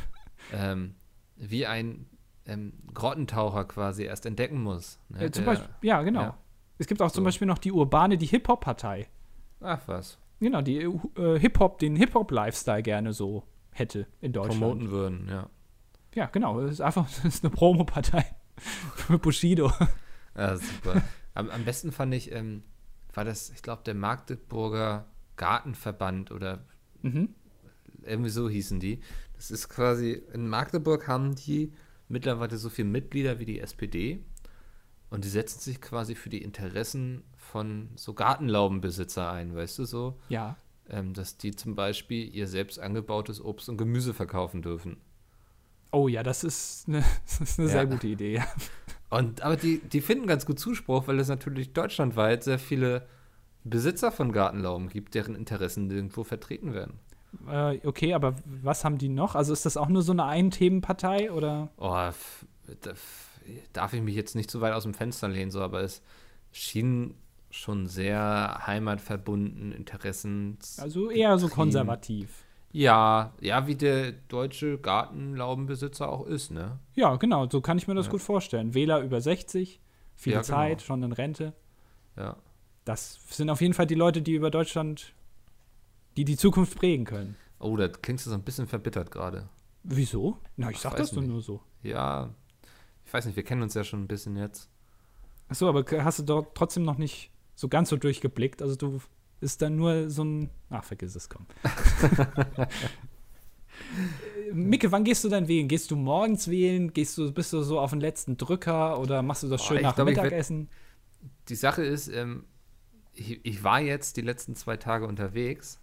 wie ein Grottentaucher quasi erst entdecken muss. Ne? Zum Beispiel, ja, genau. ja. Es gibt auch zum So. Beispiel noch die urbane, die Hip-Hop-Partei. Ach was. Genau, die den Hip-Hop-Lifestyle gerne so hätte in Deutschland. Promoten würden, ja. Ja, genau. Das ist eine Promo-Partei für Bushido. Ja, super. Am besten fand ich, war das, ich glaube, der Magdeburger Gartenverband oder irgendwie so hießen die. Das ist quasi, in Magdeburg haben die mittlerweile so viele Mitglieder wie die SPD und die setzen sich quasi für die Interessen von so Gartenlaubenbesitzer ein, weißt du so? Ja. Dass die zum Beispiel ihr selbst angebautes Obst und Gemüse verkaufen dürfen. Oh ja, das ist eine sehr gute Idee. Ja. Aber die finden ganz gut Zuspruch, weil es natürlich deutschlandweit sehr viele Besitzer von Gartenlauben gibt, deren Interessen nirgendwo vertreten werden. Okay, aber was haben die noch? Also ist das auch nur so eine Ein-Themen-Partei oder? Darf ich mich jetzt nicht so weit aus dem Fenster lehnen, so, aber es schien schon sehr heimatverbunden, Interessen. Also eher so konservativ. Ja, wie der deutsche Gartenlaubenbesitzer auch ist, ne? Ja, genau, so kann ich mir das gut vorstellen. Wähler über 60, viel Ja, Zeit, genau. schon in Rente. Ja. Das sind auf jeden Fall die Leute, die über Deutschland, die Zukunft prägen können. Oh, da klingst du so ein bisschen verbittert gerade. Wieso? Na, ich sag weiß das doch nicht. nur so. Ja, ich weiß nicht, wir kennen uns ja schon ein bisschen jetzt. Achso, aber hast du dort trotzdem noch nicht so ganz so durchgeblickt? Also du ist dann nur so ein. Ach, vergiss es, komm. Micke, wann gehst du denn wählen? Gehst du morgens wählen? Bist du so auf den letzten Drücker oder machst du das schön nach dem Mittagessen? Die Sache ist, ich war jetzt die letzten 2 Tage unterwegs.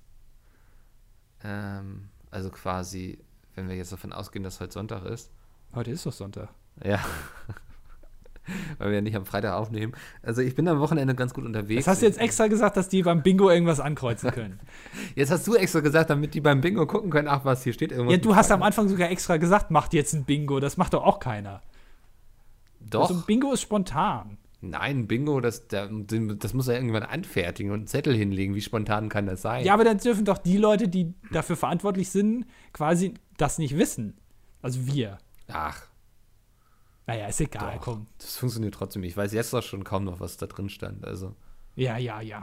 Also quasi, wenn wir jetzt davon ausgehen, dass heute Sonntag ist. Heute ist doch Sonntag. Ja. Weil wir ja nicht am Freitag aufnehmen. Also ich bin am Wochenende ganz gut unterwegs. Das hast du jetzt extra gesagt, dass die beim Bingo irgendwas ankreuzen können. Jetzt hast du extra gesagt, damit die beim Bingo gucken können, ach was, hier steht irgendwas. Ja, du hast am Anfang sogar extra gesagt, macht jetzt ein Bingo. Das macht doch auch keiner. Doch. Also ein Bingo ist spontan. Nein, Bingo, das muss er irgendwann anfertigen und einen Zettel hinlegen. Wie spontan kann das sein? Ja, aber dann dürfen doch die Leute, die dafür verantwortlich sind, quasi das nicht wissen. Also wir. Ach. Naja, ist egal, Doch, komm. das funktioniert trotzdem. Ich weiß jetzt doch schon kaum noch, was da drin stand. Also. Ja. Ja.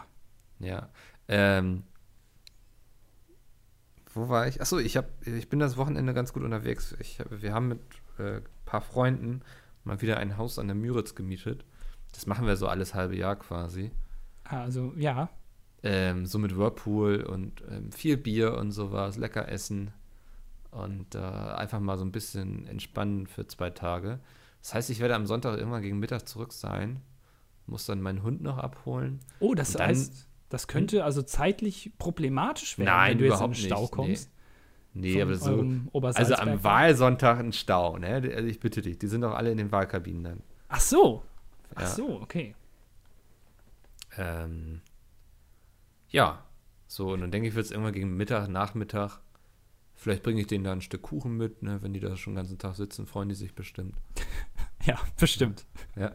Wo war ich? Achso, ich bin das Wochenende ganz gut unterwegs. Wir haben mit ein paar Freunden mal wieder ein Haus an der Müritz gemietet. Das machen wir so alles halbe Jahr quasi. Also, ja. So mit Whirlpool und viel Bier und sowas, lecker essen und einfach mal so ein bisschen entspannen für 2 Tage. Das heißt, ich werde am Sonntag irgendwann gegen Mittag zurück sein, muss dann meinen Hund noch abholen. Oh, das heißt, das könnte also zeitlich problematisch werden, Nein, wenn du jetzt in überhaupt den Stau nicht. kommst. Nee, aber so. Also am Wahlsonntag. Wahlsonntag ein Stau, ne? Also ich bitte dich, die sind doch alle in den Wahlkabinen dann. Ach so, Ja. okay. Ja, so, und dann denke ich, wird es irgendwann gegen Mittag, Nachmittag. Vielleicht bringe ich denen da ein Stück Kuchen mit, ne? Wenn die da schon den ganzen Tag sitzen, freuen die sich bestimmt. Ja, bestimmt. Ja.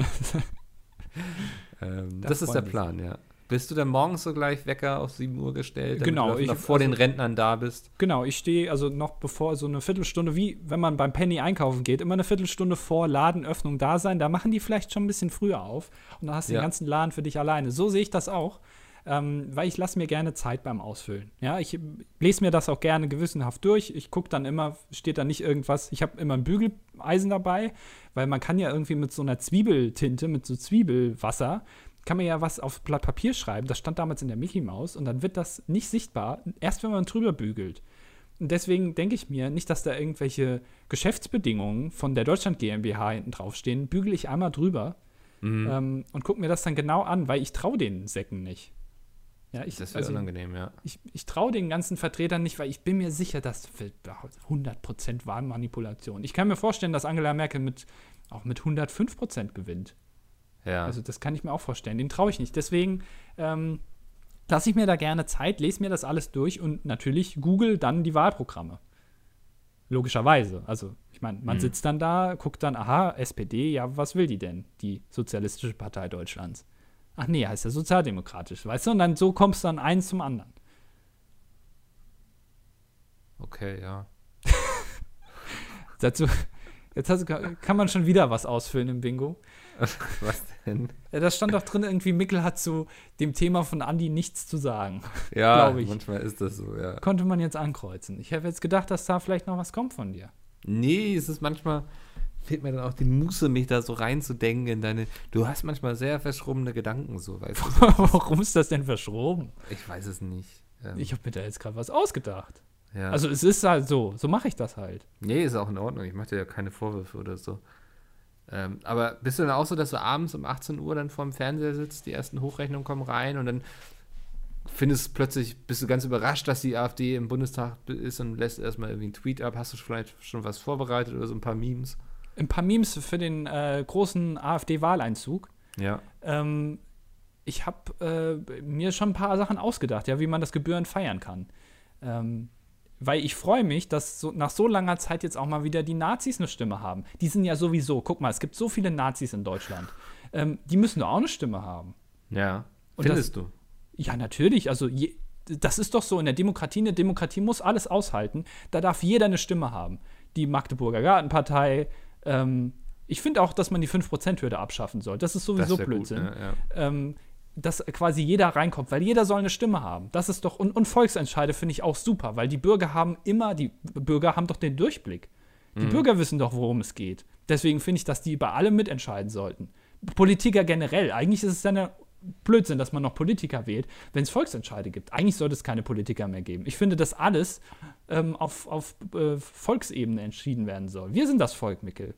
Das ist der Plan, ja. Bist du dann morgens so gleich Wecker auf 7 Uhr gestellt, damit Genau, du noch vor den Rentnern da bist? Genau, ich stehe also noch bevor so eine Viertelstunde, wie wenn man beim Penny einkaufen geht, immer eine Viertelstunde vor Ladenöffnung da sein. Da machen die vielleicht schon ein bisschen früher auf und dann hast du den ganzen Laden für dich alleine. So sehe ich das auch, weil ich lasse mir gerne Zeit beim Ausfüllen. Ja, ich lese mir das auch gerne gewissenhaft durch. Ich gucke dann immer, steht da nicht irgendwas, ich habe immer ein Bügeleisen dabei, weil man kann ja irgendwie mit so einer Zwiebeltinte, mit so Zwiebelwasser, kann man ja was auf Blatt Papier schreiben. Das stand damals in der Mickey Maus und dann wird das nicht sichtbar, erst wenn man drüber bügelt. Und deswegen denke ich mir, nicht, dass da irgendwelche Geschäftsbedingungen von der Deutschland GmbH hinten draufstehen, bügele ich einmal drüber und gucke mir das dann genau an, weil ich traue den Säcken nicht. Ja, Das wäre unangenehm, ja. Ich traue den ganzen Vertretern nicht, weil ich bin mir sicher, das wird 100% Wahlmanipulation. Ich kann mir vorstellen, dass Angela Merkel auch mit 105% gewinnt. Ja. Also das kann ich mir auch vorstellen. Den traue ich nicht. Deswegen lasse ich mir da gerne Zeit, lese mir das alles durch und natürlich google dann die Wahlprogramme. Logischerweise. Also ich meine, man sitzt dann da, guckt dann, aha, SPD, ja, was will die denn? Die Sozialistische Partei Deutschlands. Ach nee, heißt ja sozialdemokratisch, weißt du? Und dann so kommst du dann eins zum anderen. Okay, ja. Dazu, kann man schon wieder was ausfüllen im Bingo. Was denn? Ja, da stand doch drin, irgendwie Mickel hat zu dem Thema von Andi nichts zu sagen. Ja, glaube ich. manchmal ist das so, ja. Konnte man jetzt ankreuzen. Ich habe jetzt gedacht, dass da vielleicht noch was kommt von dir. Nee, es ist manchmal, fehlt mir dann auch die Muße, mich da so reinzudenken in deine, du hast manchmal sehr verschrobene Gedanken, so, weißt du. Warum ist das denn verschroben? Ich weiß es nicht. Ich habe mir da jetzt gerade was ausgedacht. Ja. Also es ist halt so mache ich das halt. Nee, ist auch in Ordnung. Ich mache dir ja keine Vorwürfe oder so. Aber bist du dann auch so, dass du abends um 18 Uhr dann vorm Fernseher sitzt, die ersten Hochrechnungen kommen rein und dann bist du ganz überrascht, dass die AfD im Bundestag ist und lässt erstmal irgendwie einen Tweet ab. Hast du vielleicht schon was vorbereitet oder so ein paar Memes? Ein paar Memes für den großen AfD-Wahleinzug. Ja. Ich habe mir schon ein paar Sachen ausgedacht, ja, wie man das gebührend feiern kann. Weil ich freue mich, dass nach so langer Zeit jetzt auch mal wieder die Nazis eine Stimme haben. Die sind ja sowieso, guck mal, es gibt so viele Nazis in Deutschland. Die müssen doch auch eine Stimme haben. Ja. Und Findest du? Ja, natürlich. Also das ist doch so in der Demokratie. Eine Demokratie muss alles aushalten. Da darf jeder eine Stimme haben. Die Magdeburger Gartenpartei. Ich finde auch, dass man die 5%-Hürde abschaffen soll. Das ist sowieso Blödsinn. Gut, ja. Dass quasi jeder reinkommt, weil jeder soll eine Stimme haben. Das ist doch, und Volksentscheide finde ich auch super, weil die Bürger haben doch den Durchblick. Die Bürger wissen doch, worum es geht. Deswegen finde ich, dass die bei allem mitentscheiden sollten. Politiker generell. Eigentlich ist es dann ja Blödsinn, dass man noch Politiker wählt, wenn es Volksentscheide gibt. Eigentlich sollte es keine Politiker mehr geben. Ich finde, dass alles auf Volksebene entschieden werden soll. Wir sind das Volk, Mickel.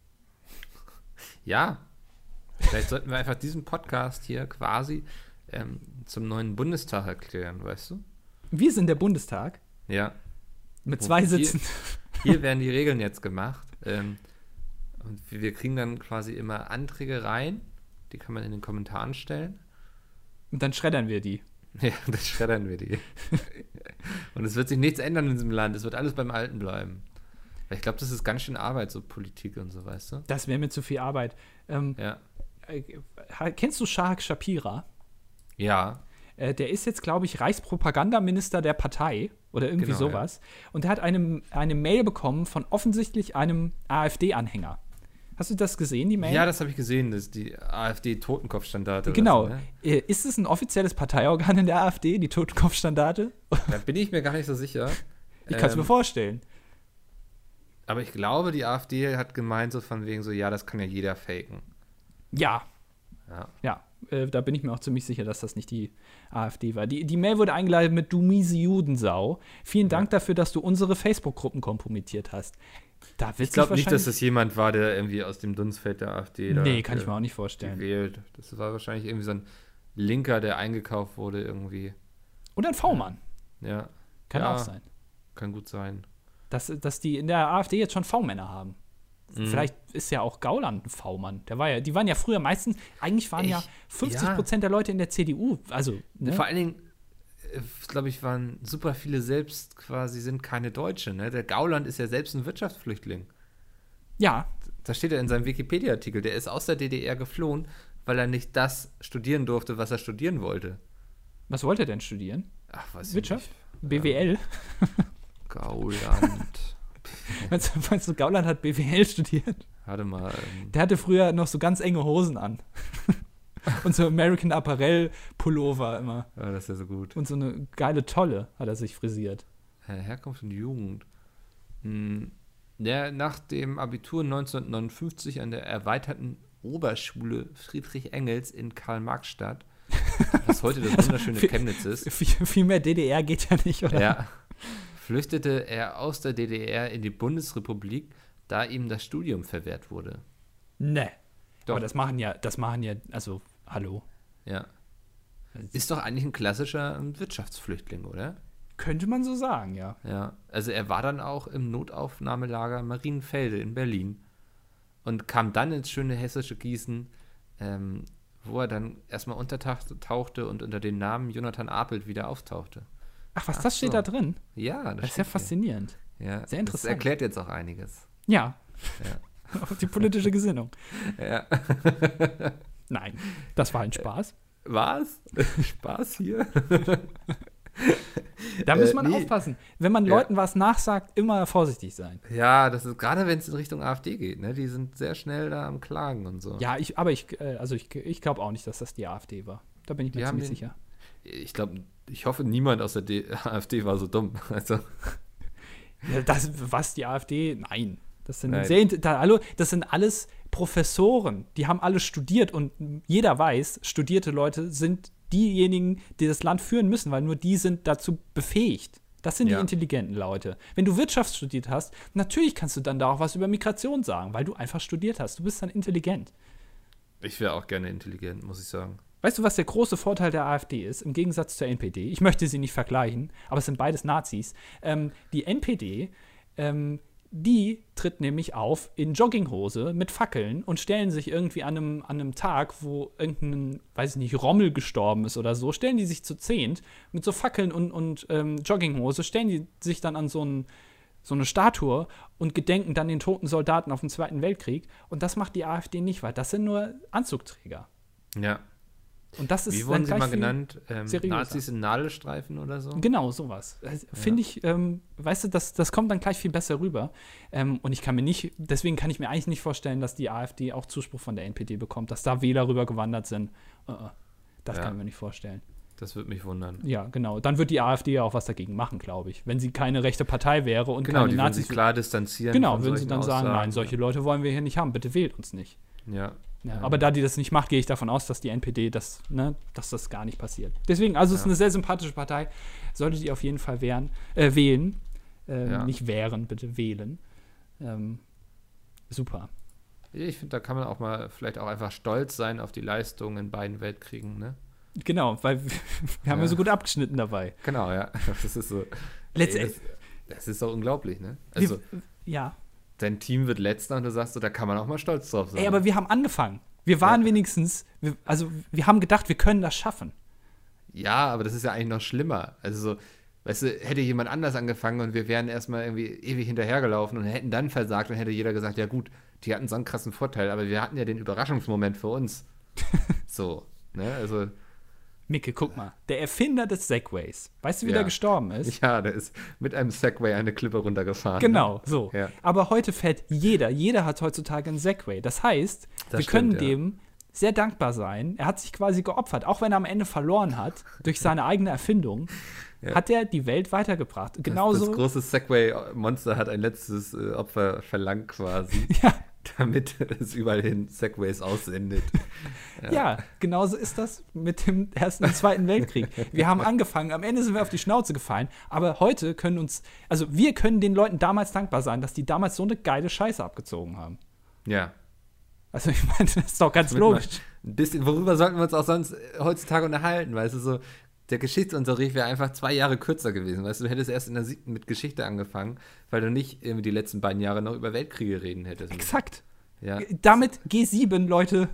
Ja. Vielleicht sollten wir einfach diesen Podcast hier quasi zum neuen Bundestag erklären, weißt du? Wir sind der Bundestag. Ja. Mit 2 Sitzen. Hier werden die Regeln jetzt gemacht. Und wir kriegen dann quasi immer Anträge rein. Die kann man in den Kommentaren stellen. Und dann schreddern wir die. Ja, dann schreddern wir die. Und es wird sich nichts ändern in diesem Land. Es wird alles beim Alten bleiben. Weil ich glaube, das ist ganz schön Arbeit, so Politik und so, weißt du? Das wäre mir zu viel Arbeit. Ja. Kennst du Shahak Shapira? Ja. Der ist jetzt, glaube ich, Reichspropagandaminister der Partei oder irgendwie Genau, sowas. Ja. Und der hat eine Mail bekommen von offensichtlich einem AfD-Anhänger. Hast du das gesehen, die Mail? Ja, das habe ich gesehen, das ist die AfD-Totenkopfstandarte. Genau. So, ne? Ist es ein offizielles Parteiorgan in der AfD, die Totenkopfstandarte? Da bin ich mir gar nicht so sicher. Ich kann es mir vorstellen. Aber ich glaube, die AfD hat gemeint so von wegen so, ja, das kann ja jeder faken. Ja. Ja. Da bin ich mir auch ziemlich sicher, dass das nicht die AfD war. Die Mail wurde eingeleitet mit „Du miese Judensau. Vielen Dank dafür, dass du unsere Facebook-Gruppen kompromittiert hast." Ich glaube nicht, dass das jemand war, der irgendwie aus dem Dunstfeld der AfD Nee, kann ich mir auch nicht vorstellen. Gewählt. Das war wahrscheinlich irgendwie so ein Linker, der eingekauft wurde irgendwie. Oder ein V-Mann. Ja. Kann auch sein. Kann gut sein. Dass die in der AfD jetzt schon V-Männer haben. Vielleicht ist ja auch Gauland ein V-Mann. Die waren ja früher meistens, eigentlich waren ja 50% der Leute in der CDU. Also, ne? Vor allen Dingen, glaube ich, waren super viele selbst quasi, sind keine Deutsche. Ne? Der Gauland ist ja selbst ein Wirtschaftsflüchtling. Ja. Da steht er in seinem Wikipedia-Artikel. Der ist aus der DDR geflohen, weil er nicht das studieren durfte, was er studieren wollte. Was wollte er denn studieren? Ach, was Wirtschaft? BWL? Gauland. Meinst du, Gauland hat BWL studiert? Warte mal. Der hatte früher noch so ganz enge Hosen an. Und so American Apparel Pullover immer. Ja, das ist ja so gut. Und so eine geile Tolle hat er sich frisiert. Herkunft und Jugend. Der nach dem Abitur 1959 an der erweiterten Oberschule Friedrich Engels in Karl-Marx-Stadt, was heute das wunderschöne Chemnitz ist. Viel mehr DDR geht ja nicht, oder? Ja. Flüchtete er aus der DDR in die Bundesrepublik, da ihm das Studium verwehrt wurde. Ne. Doch. Aber das machen ja, also, hallo. Ja. Ist doch eigentlich ein klassischer Wirtschaftsflüchtling, oder? Könnte man so sagen, ja. Ja. Also er war dann auch im Notaufnahmelager Marienfelde in Berlin und kam dann ins schöne hessische Gießen, wo er dann erstmal untertauchte und unter dem Namen Jonathan Apelt wieder auftauchte. Ach, das steht da drin? Ja, das ist ja faszinierend. Ja, sehr interessant. Das erklärt jetzt auch einiges. Ja. Auch die politische Gesinnung. Ja. Nein, das war ein Spaß. Was? Spaß hier? Da muss man aufpassen. Wenn man Leuten was nachsagt, immer vorsichtig sein. Ja, das ist gerade, wenn es in Richtung AfD geht, ne? Die sind sehr schnell da am Klagen und so. Ja, ich glaube auch nicht, dass das die AfD war. Da bin ich mir ziemlich sicher. Ich hoffe, niemand aus der AfD war so dumm. Also. Ja, was die AfD? Nein. Das sind alles Professoren. Die haben alle studiert und jeder weiß, studierte Leute sind diejenigen, die das Land führen müssen, weil nur die sind dazu befähigt. Das sind die Ja. intelligenten Leute. Wenn du Wirtschaft studiert hast, natürlich kannst du dann da auch was über Migration sagen, weil du einfach studiert hast. Du bist dann intelligent. Ich wäre auch gerne intelligent, muss ich sagen. Weißt du, was der große Vorteil der AfD ist, im Gegensatz zur NPD? Ich möchte sie nicht vergleichen, aber es sind beides Nazis. Die NPD, die tritt nämlich auf in Jogginghose mit Fackeln und stellen sich irgendwie an einem Tag, wo irgendein, weiß ich nicht, Rommel gestorben ist oder so, stellen die sich zu 10 mit so Fackeln und Jogginghose, stellen die sich dann an so eine Statue und gedenken dann den toten Soldaten auf dem Zweiten Weltkrieg. Und das macht die AfD nicht, weil das sind nur Anzugträger. Ja. Und das ist Wie wurden dann sie gleich mal viel genannt? seriöser. Nazis in Nadelstreifen oder so? Genau, sowas. Finde ich, weißt du, das kommt dann gleich viel besser rüber. Und deswegen kann ich mir eigentlich nicht vorstellen, dass die AfD auch Zuspruch von der NPD bekommt, dass da Wähler rüber gewandert sind. Das kann ich mir nicht vorstellen. Das würde mich wundern. Ja, genau. Dann wird die AfD ja auch was dagegen machen, glaube ich. Wenn sie keine rechte Partei wäre und Genau, keine die würden Nazis. sich klar distanzieren. Genau, von würden sie solchen dann sagen, Aussagen. nein, solche Leute wollen wir hier nicht haben, bitte wählt uns nicht. Ja. Ja, aber da die das nicht macht, gehe ich davon aus, dass die NPD dass das gar nicht passiert. Deswegen, also es ist eine sehr sympathische Partei, solltet ihr auf jeden Fall wählen. Nicht wären, bitte wählen. Super. Ich finde, da kann man auch mal vielleicht auch einfach stolz sein auf die Leistungen in beiden Weltkriegen, ne? Genau, weil wir haben ja so gut abgeschnitten dabei. Genau, ja. Das ist so. Das ist doch unglaublich, ne? Also, ja. dein Team wird Letzter und du sagst so, da kann man auch mal stolz drauf sein. Ey, aber wir haben angefangen. Wir waren wenigstens, wir haben gedacht, wir können das schaffen. Ja, aber das ist ja eigentlich noch schlimmer. Also so, weißt du, hätte jemand anders angefangen und wir wären erstmal irgendwie ewig hinterhergelaufen und hätten dann versagt und hätte jeder gesagt, ja gut, die hatten so einen krassen Vorteil, aber wir hatten ja den Überraschungsmoment für uns. So, ne, also. Micke, guck mal, der Erfinder des Segways, weißt du, wie der gestorben ist? Ja, der ist mit einem Segway eine Klippe runtergefahren. Genau, ne? so. Ja. Aber heute fährt jeder hat heutzutage einen Segway. Das heißt, wir können dem sehr dankbar sein. Er hat sich quasi geopfert, auch wenn er am Ende verloren hat, durch seine eigene Erfindung, hat er die Welt weitergebracht. Genauso. Das große Segway-Monster hat ein letztes Opfer verlangt quasi. Ja. Damit es überall hin Segways aussendet. Ja, genauso ist das mit dem Ersten und Zweiten Weltkrieg. Wir haben angefangen, am Ende sind wir auf die Schnauze gefallen, aber heute wir können den Leuten damals dankbar sein, dass die damals so eine geile Scheiße abgezogen haben. Ja. Also ich meine, das ist doch ganz logisch. Ein bisschen, worüber sollten wir uns auch sonst heutzutage unterhalten, weißt du, so der Geschichtsunterricht wäre einfach 2 Jahre kürzer gewesen, weißt du, hättest erst in der 7. mit Geschichte angefangen, weil du nicht irgendwie die letzten beiden Jahre noch über Weltkriege reden hättest. Exakt. Ja. Damit G7, Leute.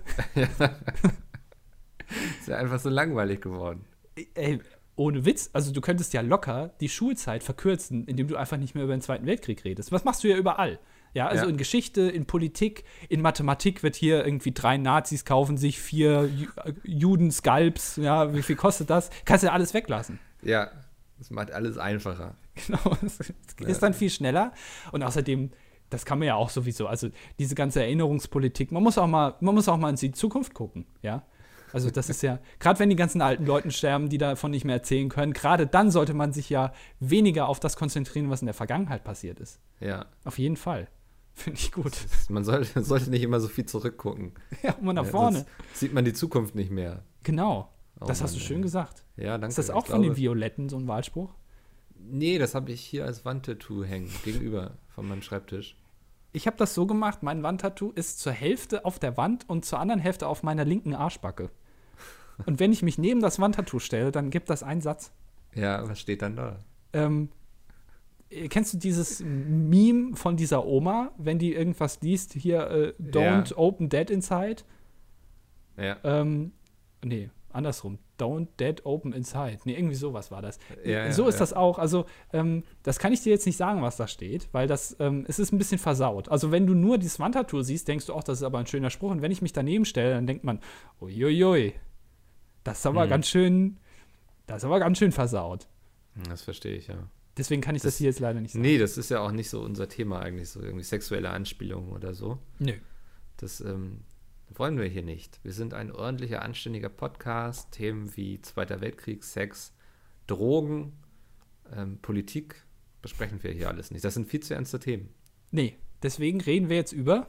Ist ja einfach so langweilig geworden. Ey, ohne Witz, also du könntest ja locker die Schulzeit verkürzen, indem du einfach nicht mehr über den Zweiten Weltkrieg redest. Was machst du ja überall? Ja, also in Geschichte, in Politik, in Mathematik wird hier irgendwie 3 Nazis kaufen sich 4 Juden-Skalps. Ja, wie viel kostet das? Kannst du ja alles weglassen. Ja, das macht alles einfacher. Genau, es ist dann viel schneller. Und außerdem, das kann man ja auch sowieso, also diese ganze Erinnerungspolitik, man muss auch mal in die Zukunft gucken, ja. Also das ist ja, gerade wenn die ganzen alten Leute sterben, die davon nicht mehr erzählen können, gerade dann sollte man sich ja weniger auf das konzentrieren, was in der Vergangenheit passiert ist. Ja. Auf jeden Fall. Finde ich gut. Man sollte nicht immer so viel zurückgucken. Ja, immer nach vorne. Sonst sieht man die Zukunft nicht mehr. Genau. Oh das hast Mann, du schön gesagt. Ja, danke. Ist das auch von den Violetten so ein Wahlspruch? Nee, das habe ich hier als Wandtattoo hängen, gegenüber von meinem Schreibtisch. Ich habe das so gemacht, mein Wandtattoo ist zur Hälfte auf der Wand und zur anderen Hälfte auf meiner linken Arschbacke. Und wenn ich mich neben das Wandtattoo stelle, dann gibt das einen Satz. Ja, was steht dann da? Kennst du dieses Meme von dieser Oma, wenn die irgendwas liest, hier, don't open dead inside? Ja. Nee, andersrum. Don't dead open inside. Nee, irgendwie sowas war das. Ja, so ist das auch. Also, das kann ich dir jetzt nicht sagen, was da steht, weil es ist ein bisschen versaut. Also, wenn du nur dieses Wandtattoo siehst, denkst du auch, das ist aber ein schöner Spruch. Und wenn ich mich daneben stelle, dann denkt man, uiuiui, das ist aber ganz schön versaut. Das verstehe ich, ja. Deswegen kann ich das hier jetzt leider nicht sagen. Nee, das ist ja auch nicht so unser Thema eigentlich, so irgendwie sexuelle Anspielungen oder so. Nö. Das wollen wir hier nicht. Wir sind ein ordentlicher, anständiger Podcast. Themen wie Zweiter Weltkrieg, Sex, Drogen, Politik besprechen wir hier alles nicht. Das sind viel zu ernste Themen. Nee, deswegen reden wir jetzt über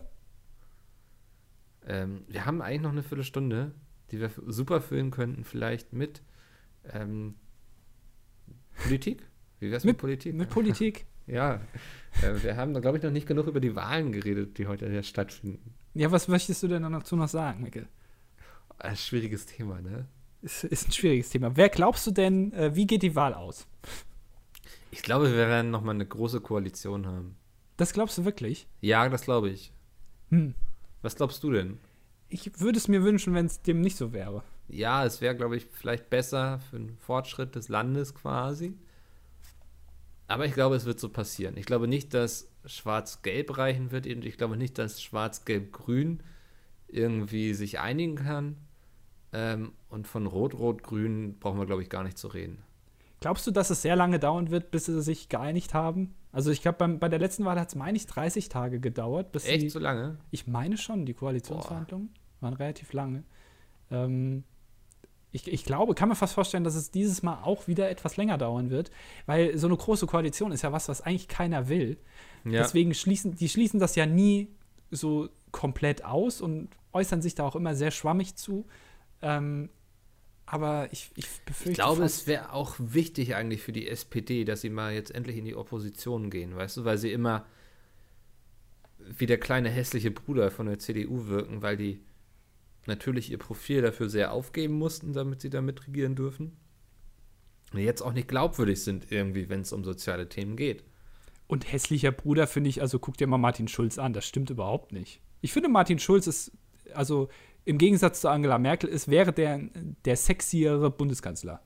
wir haben eigentlich noch eine Viertelstunde, die wir super füllen könnten, vielleicht mit Politik. Wie wär's mit Politik? Mit Politik? Ja, wir haben, glaube ich, noch nicht genug über die Wahlen geredet, die heute ja stattfinden. Ja, was möchtest du denn dazu noch sagen, Mikkel? Ein schwieriges Thema, ne? Ist ein schwieriges Thema. Wer glaubst du denn, wie geht die Wahl aus? Ich glaube, wir werden nochmal eine große Koalition haben. Das glaubst du wirklich? Ja, das glaube ich. Was glaubst du denn? Ich würde es mir wünschen, wenn es dem nicht so wäre. Ja, es wäre, glaube ich, vielleicht besser für den Fortschritt des Landes quasi. Aber ich glaube, es wird so passieren. Ich glaube nicht, dass Schwarz-Gelb reichen wird. Und ich glaube nicht, dass Schwarz-Gelb-Grün irgendwie sich einigen kann. Und von Rot-Rot-Grün brauchen wir, glaube ich, gar nicht zu reden. Glaubst du, dass es sehr lange dauern wird, bis sie sich geeinigt haben? Also ich glaube, bei der letzten Wahl hat es, meine ich, 30 Tage gedauert. Bis Echt so lange? Ich meine schon, die Koalitionsverhandlungen waren relativ lange. Ich glaube, kann mir fast vorstellen, dass es dieses Mal auch wieder etwas länger dauern wird, weil so eine große Koalition ist ja was eigentlich keiner will. Ja. Deswegen schließen das ja nie so komplett aus und äußern sich da auch immer sehr schwammig zu. Aber ich befürchte. Ich glaube, es wäre auch wichtig eigentlich für die SPD, dass sie mal jetzt endlich in die Opposition gehen, weißt du, weil sie immer wie der kleine hässliche Bruder von der CDU wirken, weil die natürlich ihr Profil dafür sehr aufgeben mussten, damit sie da mitregieren dürfen. Und jetzt auch nicht glaubwürdig sind irgendwie, wenn es um soziale Themen geht. Und hässlicher Bruder finde ich, also guck dir mal Martin Schulz an, das stimmt überhaupt nicht. Ich finde, Martin Schulz ist, also im Gegensatz zu Angela Merkel, wäre der sexiere Bundeskanzler.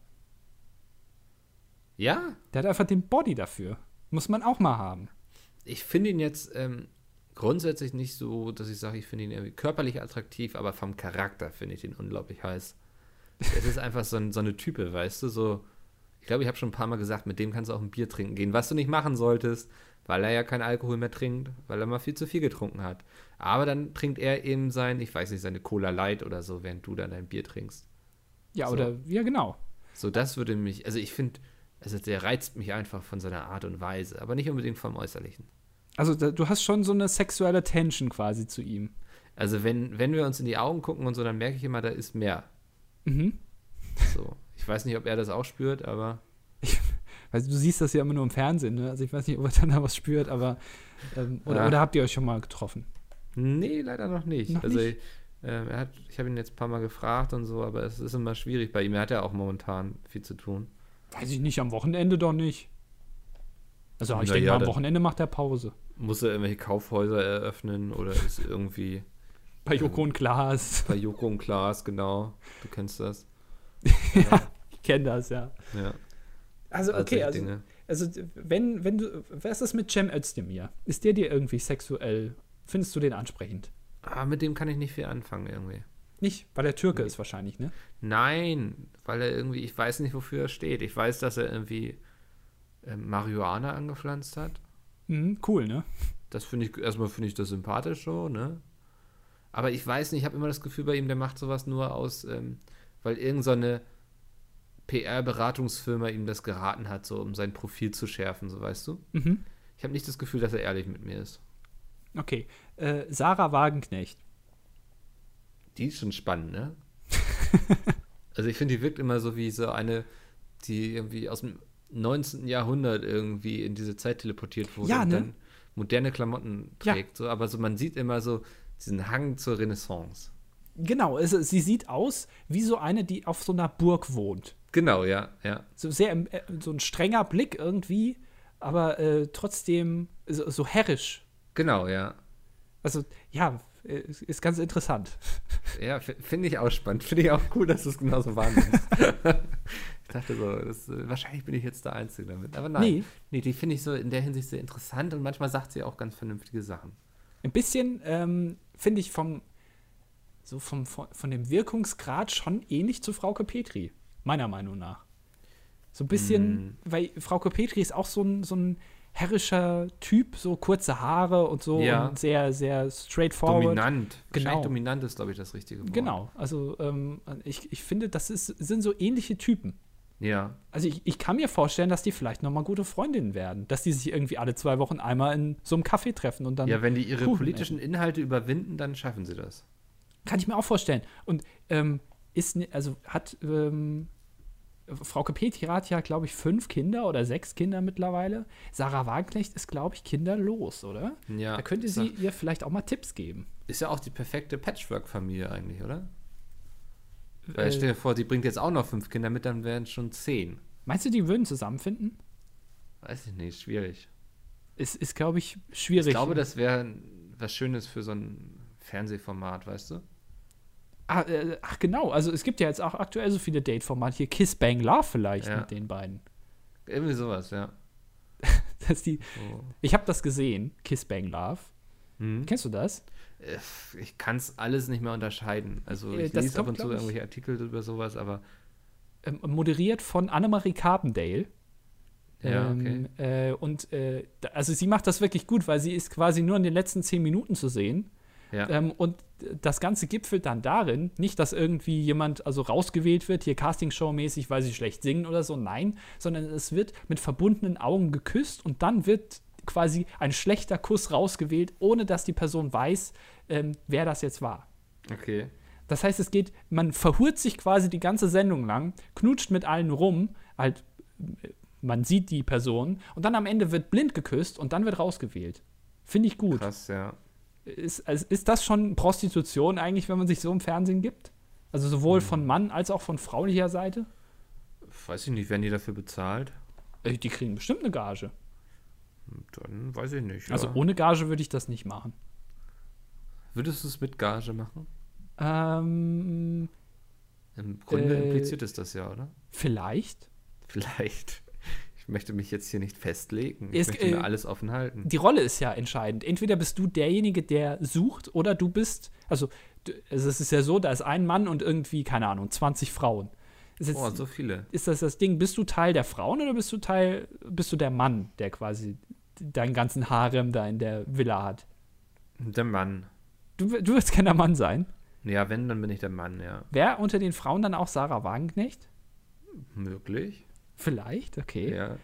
Ja? Der hat einfach den Body dafür. Muss man auch mal haben. Ich finde ihn jetzt grundsätzlich nicht so, dass ich sage, ich finde ihn irgendwie körperlich attraktiv, aber vom Charakter finde ich ihn unglaublich heiß. Es ist einfach so eine Type, weißt du, so, ich glaube, ich habe schon ein paar Mal gesagt, mit dem kannst du auch ein Bier trinken gehen, was du nicht machen solltest, weil er ja keinen Alkohol mehr trinkt, weil er mal viel zu viel getrunken hat. Aber dann trinkt er eben seine Cola Light oder so, während du dann dein Bier trinkst. Ja, so. Ja, genau. So, das würde mich, also ich finde, also der reizt mich einfach von seiner Art und Weise, aber nicht unbedingt vom Äußerlichen. Also du hast schon so eine sexuelle Tension quasi zu ihm. Also wenn wir uns in die Augen gucken und so, dann merke ich immer, da ist mehr. Mhm. So, ich weiß nicht, ob er das auch spürt, aber Also du siehst das ja immer nur im Fernsehen, ne? Also ich weiß nicht, ob er dann da was spürt, aber oder habt ihr euch schon mal getroffen? Nee, leider noch nicht. Noch also nicht? ich habe ihn jetzt ein paar Mal gefragt und so, aber es ist immer schwierig bei ihm. Er hat ja auch momentan viel zu tun. Weiß ich nicht, am Wochenende doch nicht. Also ich denke mal, am Wochenende macht er Pause. Muss er irgendwelche Kaufhäuser eröffnen oder ist irgendwie bei Joko und Klaas. Bei Joko und Klaas, genau. Du kennst das. Ja, ich kenne das, ja. Also, okay, also wenn du, was ist mit Cem Özdemir? Ist der dir irgendwie sexuell, findest du den ansprechend? Mit dem kann ich nicht viel anfangen irgendwie. Nicht? Weil er Türke ist wahrscheinlich, ne? Nein, weil er irgendwie, ich weiß nicht, wofür er steht. Ich weiß, dass er irgendwie Marihuana angepflanzt hat. Cool, ne? Erstmal finde ich das sympathisch so, ne? Aber ich weiß nicht, ich habe immer das Gefühl bei ihm, der macht sowas nur aus, weil irgend so eine PR-Beratungsfirma ihm das geraten hat, so um sein Profil zu schärfen, so weißt du? Mhm. Ich habe nicht das Gefühl, dass er ehrlich mit mir ist. Okay. Sarah Wagenknecht. Die ist schon spannend, ne? Also ich finde, die wirkt immer so wie so eine, die irgendwie aus dem 19. Jahrhundert irgendwie in diese Zeit teleportiert wurde und dann moderne Klamotten trägt. Ja. So, aber so man sieht immer so diesen Hang zur Renaissance. Genau, sie sieht aus wie so eine, die auf so einer Burg wohnt. Genau, ja. So sehr, so ein strenger Blick irgendwie, aber trotzdem so herrisch. Genau, ja. Also, ja, ist ganz interessant. Ja, finde ich auch spannend. Finde ich auch cool, dass du es genauso wahrnimmst. Ich dachte so, wahrscheinlich bin ich jetzt der Einzige damit. Aber nein, nee, die finde ich so in der Hinsicht sehr interessant und manchmal sagt sie auch ganz vernünftige Sachen. Ein bisschen finde ich von dem Wirkungsgrad schon ähnlich zu Frauke Petry, meiner Meinung nach. So ein bisschen, weil Frauke Petry ist auch so ein herrischer Typ, so kurze Haare und so und sehr, sehr straightforward. Dominant. Genau. Dominant ist, glaube ich, das richtige Wort. Genau, also ich finde, sind so ähnliche Typen. Ja. Also ich kann mir vorstellen, dass die vielleicht nochmal gute Freundinnen werden. Dass die sich irgendwie alle 2 Wochen einmal in so einem Café treffen und dann. Ja, wenn die ihre politischen Inhalte überwinden, dann schaffen sie das. Kann ich mir auch vorstellen. Und Frauke Petri hat ja, glaube ich, 5 Kinder oder 6 Kinder mittlerweile. Sarah Wagenknecht ist, glaube ich, kinderlos, oder? Ja. Da könnte sie ihr vielleicht auch mal Tipps geben. Ist ja auch die perfekte Patchwork-Familie eigentlich, oder? Weil stell dir vor, die bringt jetzt auch noch 5 Kinder mit, dann wären es schon 10. Meinst du, die würden zusammenfinden? Weiß ich nicht, schwierig. Ist, glaube ich, schwierig. Ich glaube, das wäre was Schönes für so ein Fernsehformat, weißt du? Ach, genau. Also es gibt ja jetzt auch aktuell so viele Date-Formate. Hier Kiss, Bang, Love vielleicht Ja. mit den beiden. Irgendwie sowas, ja. Ich habe das gesehen, Kiss, Bang, Love. Hm? Kennst du das? Ich kann es alles nicht mehr unterscheiden. Also ich Das lese ab kommt, und zu glaub ich, irgendwelche Artikel über sowas, aber Moderiert von Annemarie Carpendale. ja, okay. Also sie macht das wirklich gut, weil sie ist quasi nur in den letzten 10 Minuten zu sehen. Ja. Und das Ganze gipfelt dann darin, nicht, dass irgendwie jemand also rausgewählt wird, hier Castingshow-mäßig, weil sie schlecht singen oder so, nein, sondern es wird mit verbundenen Augen geküsst und dann wird quasi ein schlechter Kuss rausgewählt, ohne dass die Person weiß, wer das jetzt war. Okay. Das heißt, man verhurt sich quasi die ganze Sendung lang, knutscht mit allen rum, halt, man sieht die Person und dann am Ende wird blind geküsst und dann wird rausgewählt. Finde ich gut. Krass, ja. Ist das schon Prostitution eigentlich, wenn man sich so im Fernsehen gibt? Also sowohl von Mann als auch von fraulicher Seite? Weiß ich nicht, werden die dafür bezahlt? Die kriegen bestimmt eine Gage. Dann weiß ich nicht. Also ja. ohne Gage würde ich das nicht machen. Würdest du es mit Gage machen? Ähm, Im Grunde impliziert es das ja, oder? vielleicht. Vielleicht. Ich möchte mich jetzt hier nicht festlegen. Ich Es- möchte mir alles offen halten. Die Rolle ist ja entscheidend. Entweder bist du derjenige, der sucht, oder du bist, also es ist ja so, da ist ein Mann und irgendwie, keine Ahnung, 20 Frauen. Oh, so viele. Ist das Ding, bist du Teil der Frauen oder bist du der Mann, der quasi deinen ganzen Harem da in der Villa hat? Der Mann. Du willst kein Mann sein. Ja, wenn, dann bin ich der Mann, ja. Wäre unter den Frauen dann auch Sarah Wagenknecht? Möglich. Vielleicht, okay. Ja.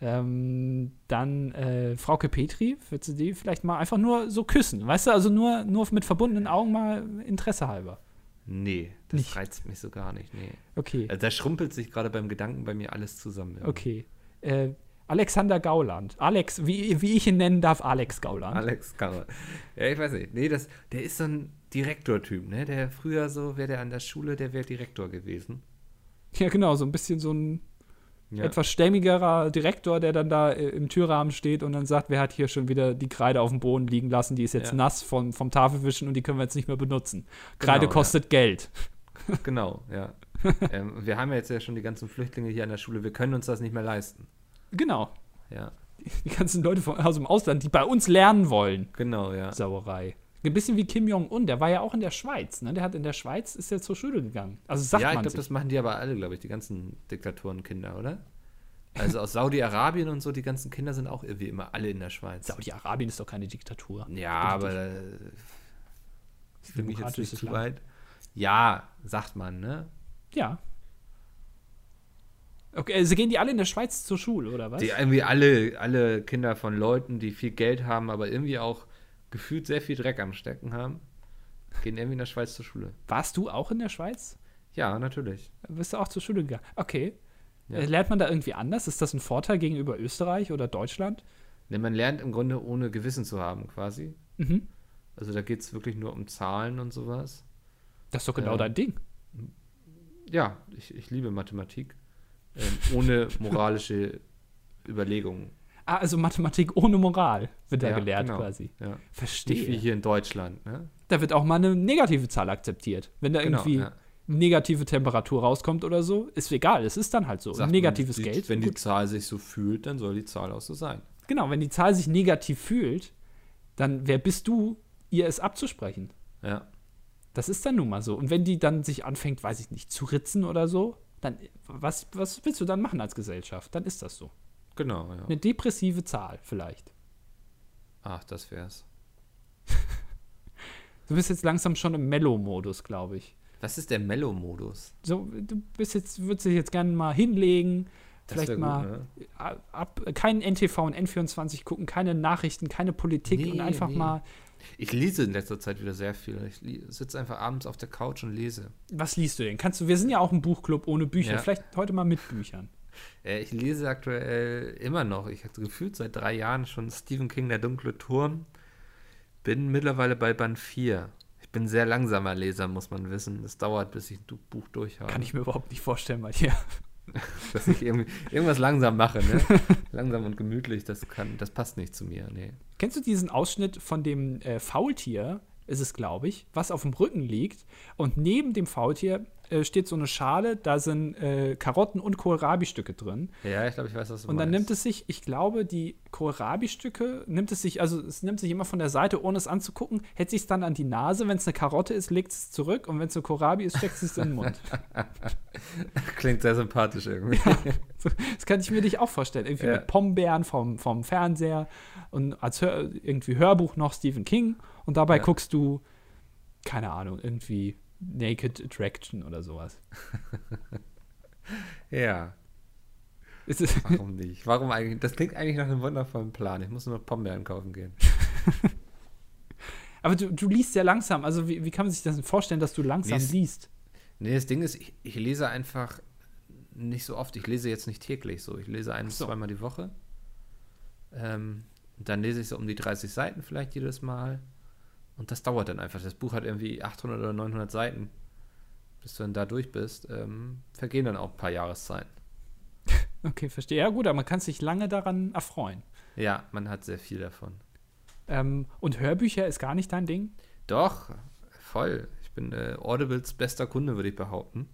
Dann Frauke Petri, würdest du die vielleicht mal einfach nur so küssen? Weißt du, also nur mit verbundenen Augen mal Interesse halber. Nee, das Nicht. reizt mich so gar nicht, nee. Okay, Also da schrumpelt sich gerade beim Gedanken bei mir alles zusammen. Ja. okay. Alexander Gauland. Alex, wie ich ihn nennen darf, Alex Gauland. Alex Karre. Ja, ich weiß nicht. Nee, der ist so ein Direktor-Typ, ne? Der früher so, wäre der an der Schule, der wäre Direktor gewesen. Ja, genau, so ein bisschen so ein Ja. etwas stämmigerer Direktor, der dann da im Türrahmen steht und dann sagt, wer hat hier schon wieder die Kreide auf dem Boden liegen lassen, die ist jetzt Ja. nass vom Tafelwischen und die können wir jetzt nicht mehr benutzen. Kreide Genau, kostet Geld. Genau, ja. Wir haben ja jetzt ja schon die ganzen Flüchtlinge hier an der Schule, wir können uns das nicht mehr leisten. Genau. Ja, Die ganzen Leute aus dem Ausland, die bei uns lernen wollen. genau, ja. Sauerei. Ein bisschen wie Kim Jong-un, der war ja auch in der Schweiz, ne? Der hat in der Schweiz, ist ja zur Schule gegangen. Also sagt Ja, ich man glaube, sich. das machen die aber alle, glaube ich, die ganzen Diktatorenkinder, oder? Also aus Saudi-Arabien und so, die ganzen Kinder sind auch wie immer alle in der Schweiz. Saudi-Arabien ist doch keine Diktatur. Ja, aber ich fühle mich jetzt nicht zu weit. Ja, sagt man, ne? Ja. Okay, also gehen die alle in der Schweiz zur Schule, oder was? Die irgendwie alle Kinder von Leuten, die viel Geld haben, aber irgendwie auch gefühlt sehr viel Dreck am Stecken haben, gehen irgendwie in der Schweiz zur Schule. Warst du auch in der Schweiz? Ja, natürlich. Bist du auch zur Schule gegangen? Okay. Ja. Lernt man da irgendwie anders? Ist das ein Vorteil gegenüber Österreich oder Deutschland? Ne, man lernt im Grunde ohne Gewissen zu haben, quasi. Mhm. Also da geht es wirklich nur um Zahlen und sowas. Das ist doch genau dein Ding. Ja, ich liebe Mathematik. Ohne moralische Überlegungen. Ah, also Mathematik ohne Moral wird da Ja, gelehrt genau. quasi. Ja. Verstehe. Nicht wie hier in Deutschland, ne? Da wird auch mal eine negative Zahl akzeptiert. Wenn da Genau, irgendwie ja. negative Temperatur rauskommt oder so, ist egal. Es ist dann halt so. Sagt man, Negatives Geld. Wenn die gut. Zahl sich so fühlt, dann soll die Zahl auch so sein. Genau, wenn die Zahl sich negativ fühlt, dann wer bist du, ihr es abzusprechen? Ja. Das ist dann nun mal so. Und wenn die dann sich anfängt, weiß ich nicht, zu ritzen oder so, dann was willst du dann machen als Gesellschaft? Dann ist das so. Genau, ja. Eine depressive Zahl vielleicht. Ach, das wär's. Du bist jetzt langsam schon im Mellow-Modus, glaube ich. Was ist der Mellow-Modus? So, würdest dich jetzt gerne mal hinlegen, Das vielleicht wär mal gut, ne? keinen NTV und N24 gucken, keine Nachrichten, keine Politik Nee, und einfach nee. mal Ich lese in letzter Zeit wieder sehr viel. Ich sitze einfach abends auf der Couch und lese. Was liest du denn? Wir sind ja auch ein Buchclub ohne Bücher. Ja. Vielleicht heute mal mit Büchern. Ich lese aktuell immer noch, ich habe gefühlt seit 3 Jahren schon Stephen King, Der dunkle Turm. Bin mittlerweile bei Band 4. Ich bin ein sehr langsamer Leser, muss man wissen. Es dauert, bis ich ein Buch durch habe. Kann ich mir überhaupt nicht vorstellen bei dir. Dass ich irgendwas langsam mache, ne? Langsam und gemütlich, das passt nicht zu mir, nee. Kennst du diesen Ausschnitt von dem Faultier, ist es, glaube ich, was auf dem Rücken liegt und neben dem Faultier steht so eine Schale, da sind Karotten und Kohlrabi-Stücke drin. Ja, ich glaube, ich weiß, was du Und dann meinst. nimmt es sich, ich glaube, die Kohlrabi-Stücke es nimmt sich immer von der Seite, ohne es anzugucken, hält sich es dann an die Nase. Wenn es eine Karotte ist, legt es zurück und wenn es eine Kohlrabi ist, steckt es in den Mund. Klingt sehr sympathisch irgendwie. Ja, das kann ich mir dich auch vorstellen. Irgendwie Ja. mit Pombeeren vom Fernseher und als irgendwie Hörbuch noch Stephen King und dabei guckst du, keine Ahnung, irgendwie Naked Attraction oder sowas. Ja, Ist es, warum nicht? Warum eigentlich? Das klingt eigentlich nach einem wundervollen Plan. Ich muss nur noch Pombeeren kaufen gehen. aber du liest sehr langsam. Also wie kann man sich das denn vorstellen, dass du langsam Nee, liest? Nee, das Ding ist, ich lese einfach nicht so oft. Ich lese jetzt nicht täglich so. Ich lese ein bis So. zweimal die Woche. Dann lese ich so um die 30 Seiten vielleicht jedes Mal. Und das dauert dann einfach. Das Buch hat irgendwie 800 oder 900 Seiten. Bis du dann da durch bist, vergehen dann auch ein paar Jahreszeiten. Okay, verstehe. Ja gut, aber man kann sich lange daran erfreuen. Ja, man hat sehr viel davon. Und Hörbücher ist gar nicht dein Ding? Doch, voll. Ich bin Audibles bester Kunde, würde ich behaupten.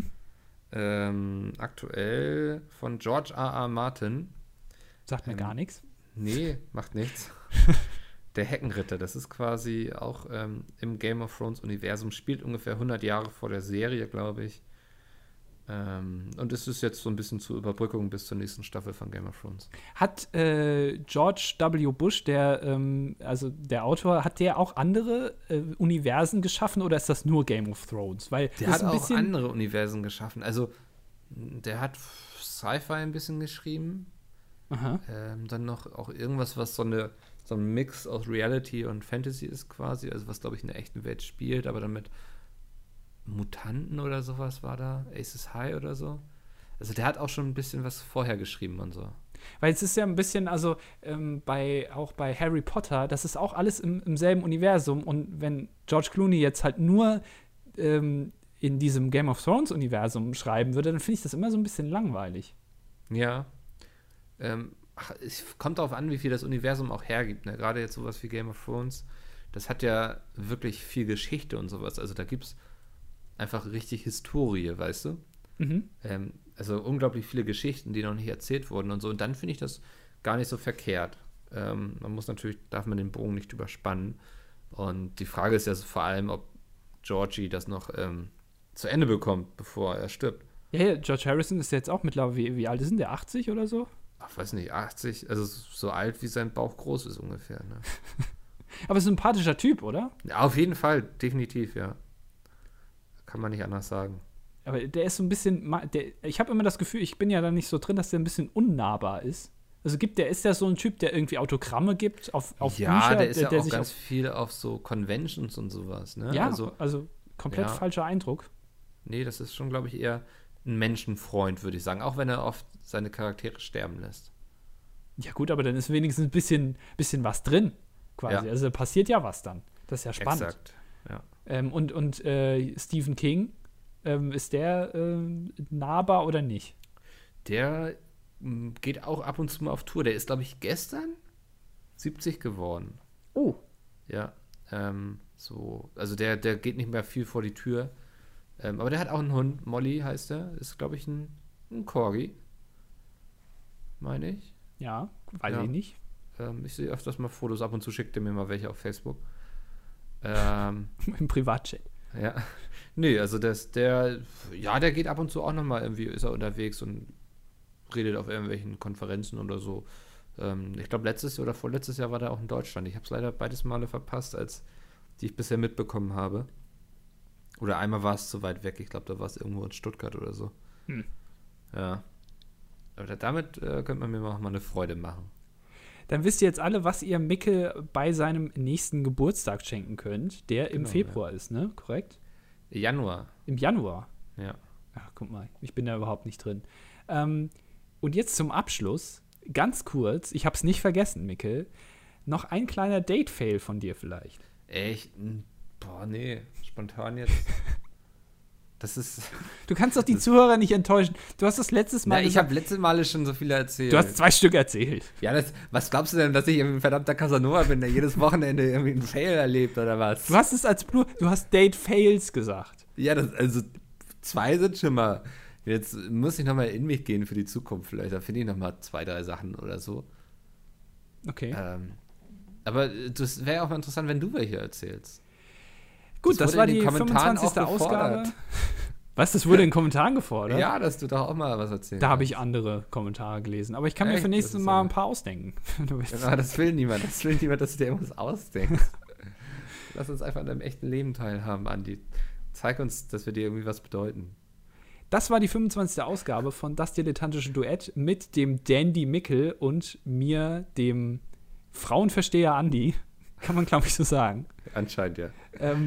Aktuell von George R.R. Martin. Sagt mir gar nichts. Nee, macht nichts. Der Heckenritter, das ist quasi auch im Game of Thrones Universum, spielt ungefähr 100 Jahre vor der Serie, glaube ich. Und es ist jetzt so ein bisschen zur Überbrückung bis zur nächsten Staffel von Game of Thrones. Hat George W. Bush, also der Autor, hat der auch andere Universen geschaffen oder ist das nur Game of Thrones? Weil Der das hat ist ein auch bisschen andere Universen geschaffen. Also, der hat Sci-Fi ein bisschen geschrieben. Aha. Dann noch auch irgendwas, was so ein Mix aus Reality und Fantasy ist quasi. Also, was, glaube ich, in der echten Welt spielt, aber dann mit Mutanten oder sowas war da. Aces High oder so. Also, der hat auch schon ein bisschen was vorher geschrieben und so. Weil es ist ja ein bisschen, also auch bei Harry Potter, das ist auch alles im selben Universum. Und wenn George Clooney jetzt halt nur in diesem Game of Thrones Universum schreiben würde, dann finde ich das immer so ein bisschen langweilig. Ja. Es kommt darauf an, wie viel das Universum auch hergibt. Ne? Gerade jetzt sowas wie Game of Thrones. Das hat ja wirklich viel Geschichte und sowas. Also, da gibt es einfach richtig Historie, weißt du? Mhm. Also unglaublich viele Geschichten, die noch nicht erzählt wurden und so. Und dann finde ich das gar nicht so verkehrt. Darf man den Bogen nicht überspannen. Und die Frage ist ja vor allem, ob Georgie das noch zu Ende bekommt, bevor er stirbt. Ja, George Harrison ist jetzt auch mittlerweile, wie alt ist denn der? 80 oder so? Ach, weiß nicht, 80, also so alt wie sein Bauch groß ist ungefähr. Ne? Aber sympathischer Typ, oder? Ja, auf jeden Fall, definitiv, ja. Kann man nicht anders sagen. Aber der ist so ein bisschen, ich habe immer das Gefühl, ich bin ja da nicht so drin, dass der ein bisschen unnahbar ist. Also ist der so ein Typ, der irgendwie Autogramme gibt auf Ja, Bücher? der ist ja auch sich ganz viel auf so Conventions und sowas, ne? ja, Also, also komplett ja. falscher Eindruck. nee, das ist schon, glaube ich, eher ein Menschenfreund, würde ich sagen. Auch wenn er oft seine Charaktere sterben lässt. Ja gut, aber dann ist wenigstens ein bisschen was drin, quasi. Ja. Also da passiert ja was dann. Das ist ja spannend. Exakt, ja. Und Stephen King, ist der nahbar oder nicht? Der geht auch ab und zu mal auf Tour. Der ist, glaube ich, gestern 70 geworden. Oh. Ja, also der geht nicht mehr viel vor die Tür. Aber der hat auch einen Hund, Molly heißt er. Ist, glaube ich, ein Corgi. Meine ich. Ja, weiß Ja. ich nicht. Ich sehe öfters mal Fotos, ab und zu schickt er mir mal welche auf Facebook. Im Privatchat. Ja. Nee, also der geht ab und zu auch nochmal irgendwie, ist er unterwegs und redet auf irgendwelchen Konferenzen oder so. Ich glaube, letztes oder vorletztes Jahr war der auch in Deutschland. Ich habe es leider beides Male verpasst, die ich bisher mitbekommen habe. Oder einmal war es zu weit weg. Ich glaube, da war es irgendwo in Stuttgart oder so. Hm. Ja. Aber damit könnte man mir auch mal eine Freude machen. dann wisst ihr jetzt alle, was ihr Mickel bei seinem nächsten Geburtstag schenken könnt, der im Genau, Februar ist, ne? Korrekt? Januar. Im Januar. Ja. Ach, guck mal, ich bin da überhaupt nicht drin. Und jetzt zum Abschluss, ganz kurz, ich hab's nicht vergessen, Mickel, noch ein kleiner Date-Fail von dir vielleicht. Echt? Boah, nee. Spontan jetzt. Das ist. Du kannst doch die Zuhörer nicht enttäuschen. Du hast das letztes Mal Ich habe letzte Male schon so viele erzählt. Du hast 2 Stück erzählt. Ja, was glaubst du denn, dass ich ein verdammter Casanova bin, der jedes Wochenende irgendwie einen Fail erlebt oder was? Du hast es als du hast Date-Fails gesagt. Ja, also 2 sind schon mal. Jetzt muss ich nochmal in mich gehen für die Zukunft vielleicht. Da finde ich nochmal 2, 3 Sachen oder so. Okay. Aber das wäre auch mal interessant, wenn du welche erzählst. Gut, das war die 25. Ausgabe. Was, das wurde in den Kommentaren gefordert? Ja, dass du doch auch mal was erzählst. Da habe ich andere Kommentare gelesen. Aber ich kann mir für nächstes Mal ein paar ausdenken. Ja, das will niemand. Das will niemand, dass du dir irgendwas ausdenkst. Lass uns einfach an deinem echten Leben teilhaben, Andi. Zeig uns, dass wir dir irgendwie was bedeuten. Das war die 25. Ausgabe von Das Dilettantische Duett mit dem Dandy Mickel und mir, dem Frauenversteher Andi. Kann man, glaube ich, so sagen. Anscheinend, ja.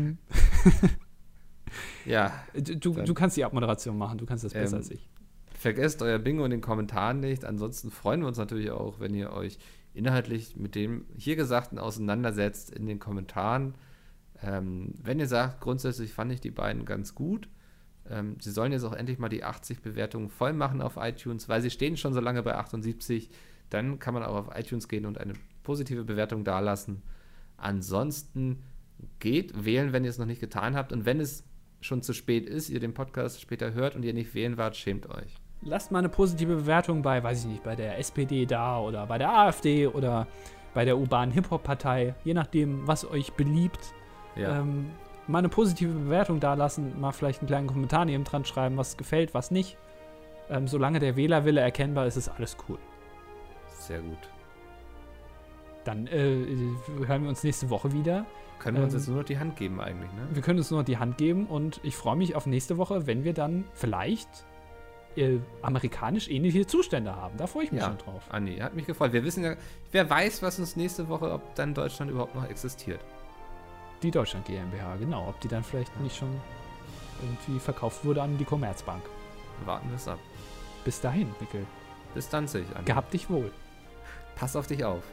Ja. Du kannst die Abmoderation machen, du kannst das besser als ich. Vergesst euer Bingo in den Kommentaren nicht. Ansonsten freuen wir uns natürlich auch, wenn ihr euch inhaltlich mit dem hier Gesagten auseinandersetzt in den Kommentaren. Wenn ihr sagt, grundsätzlich fand ich die beiden ganz gut. Sie sollen jetzt auch endlich mal die 80 Bewertungen voll machen auf iTunes, weil sie stehen schon so lange bei 78. Dann kann man auch auf iTunes gehen und eine positive Bewertung dalassen. Ansonsten geht wählen, wenn ihr es noch nicht getan habt. Und wenn es schon zu spät ist, ihr den Podcast später hört und ihr nicht wählen wart, schämt euch. Lasst mal eine positive Bewertung bei, weiß ich nicht, bei der SPD da oder bei der AfD oder bei der urbanen Hip-Hop-Partei, je nachdem, was euch beliebt. Ja. Mal eine positive Bewertung dalassen, mal vielleicht einen kleinen Kommentar neben dran schreiben, was gefällt, was nicht. Solange der Wählerwille erkennbar ist, ist alles cool. Sehr gut. Dann hören wir uns nächste Woche wieder. Können wir uns jetzt nur noch die Hand geben eigentlich, ne? Wir können uns nur noch die Hand geben und ich freue mich auf nächste Woche, wenn wir dann vielleicht amerikanisch ähnliche Zustände haben. Da freue ich mich schon drauf. Andi, hat mich gefreut. Wir wissen ja, wer weiß, was uns nächste Woche, ob dann Deutschland überhaupt noch existiert. Die Deutschland GmbH, genau. Ob die dann vielleicht nicht schon irgendwie verkauft wurde an die Commerzbank. Warten wir es ab. Bis dahin, Mickel. Bis dann, Andi. Gehabt dich wohl. Pass auf dich auf.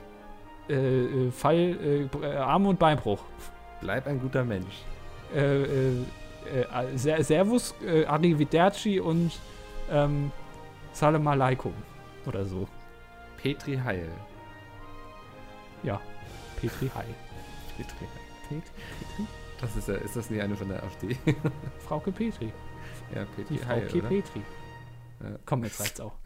Arm- und Beinbruch. Bleib ein guter Mensch. Servus, Arrivederci und Salam Aleikum. Oder so. Petri Heil. Ja, Petri Heil. Petri Heil. Petri? Das ist das nicht eine von der AfD? Frauke Petri. Ja, Petri Die Heil, Frauke oder? Petri. Ja. Komm, jetzt reicht's auch.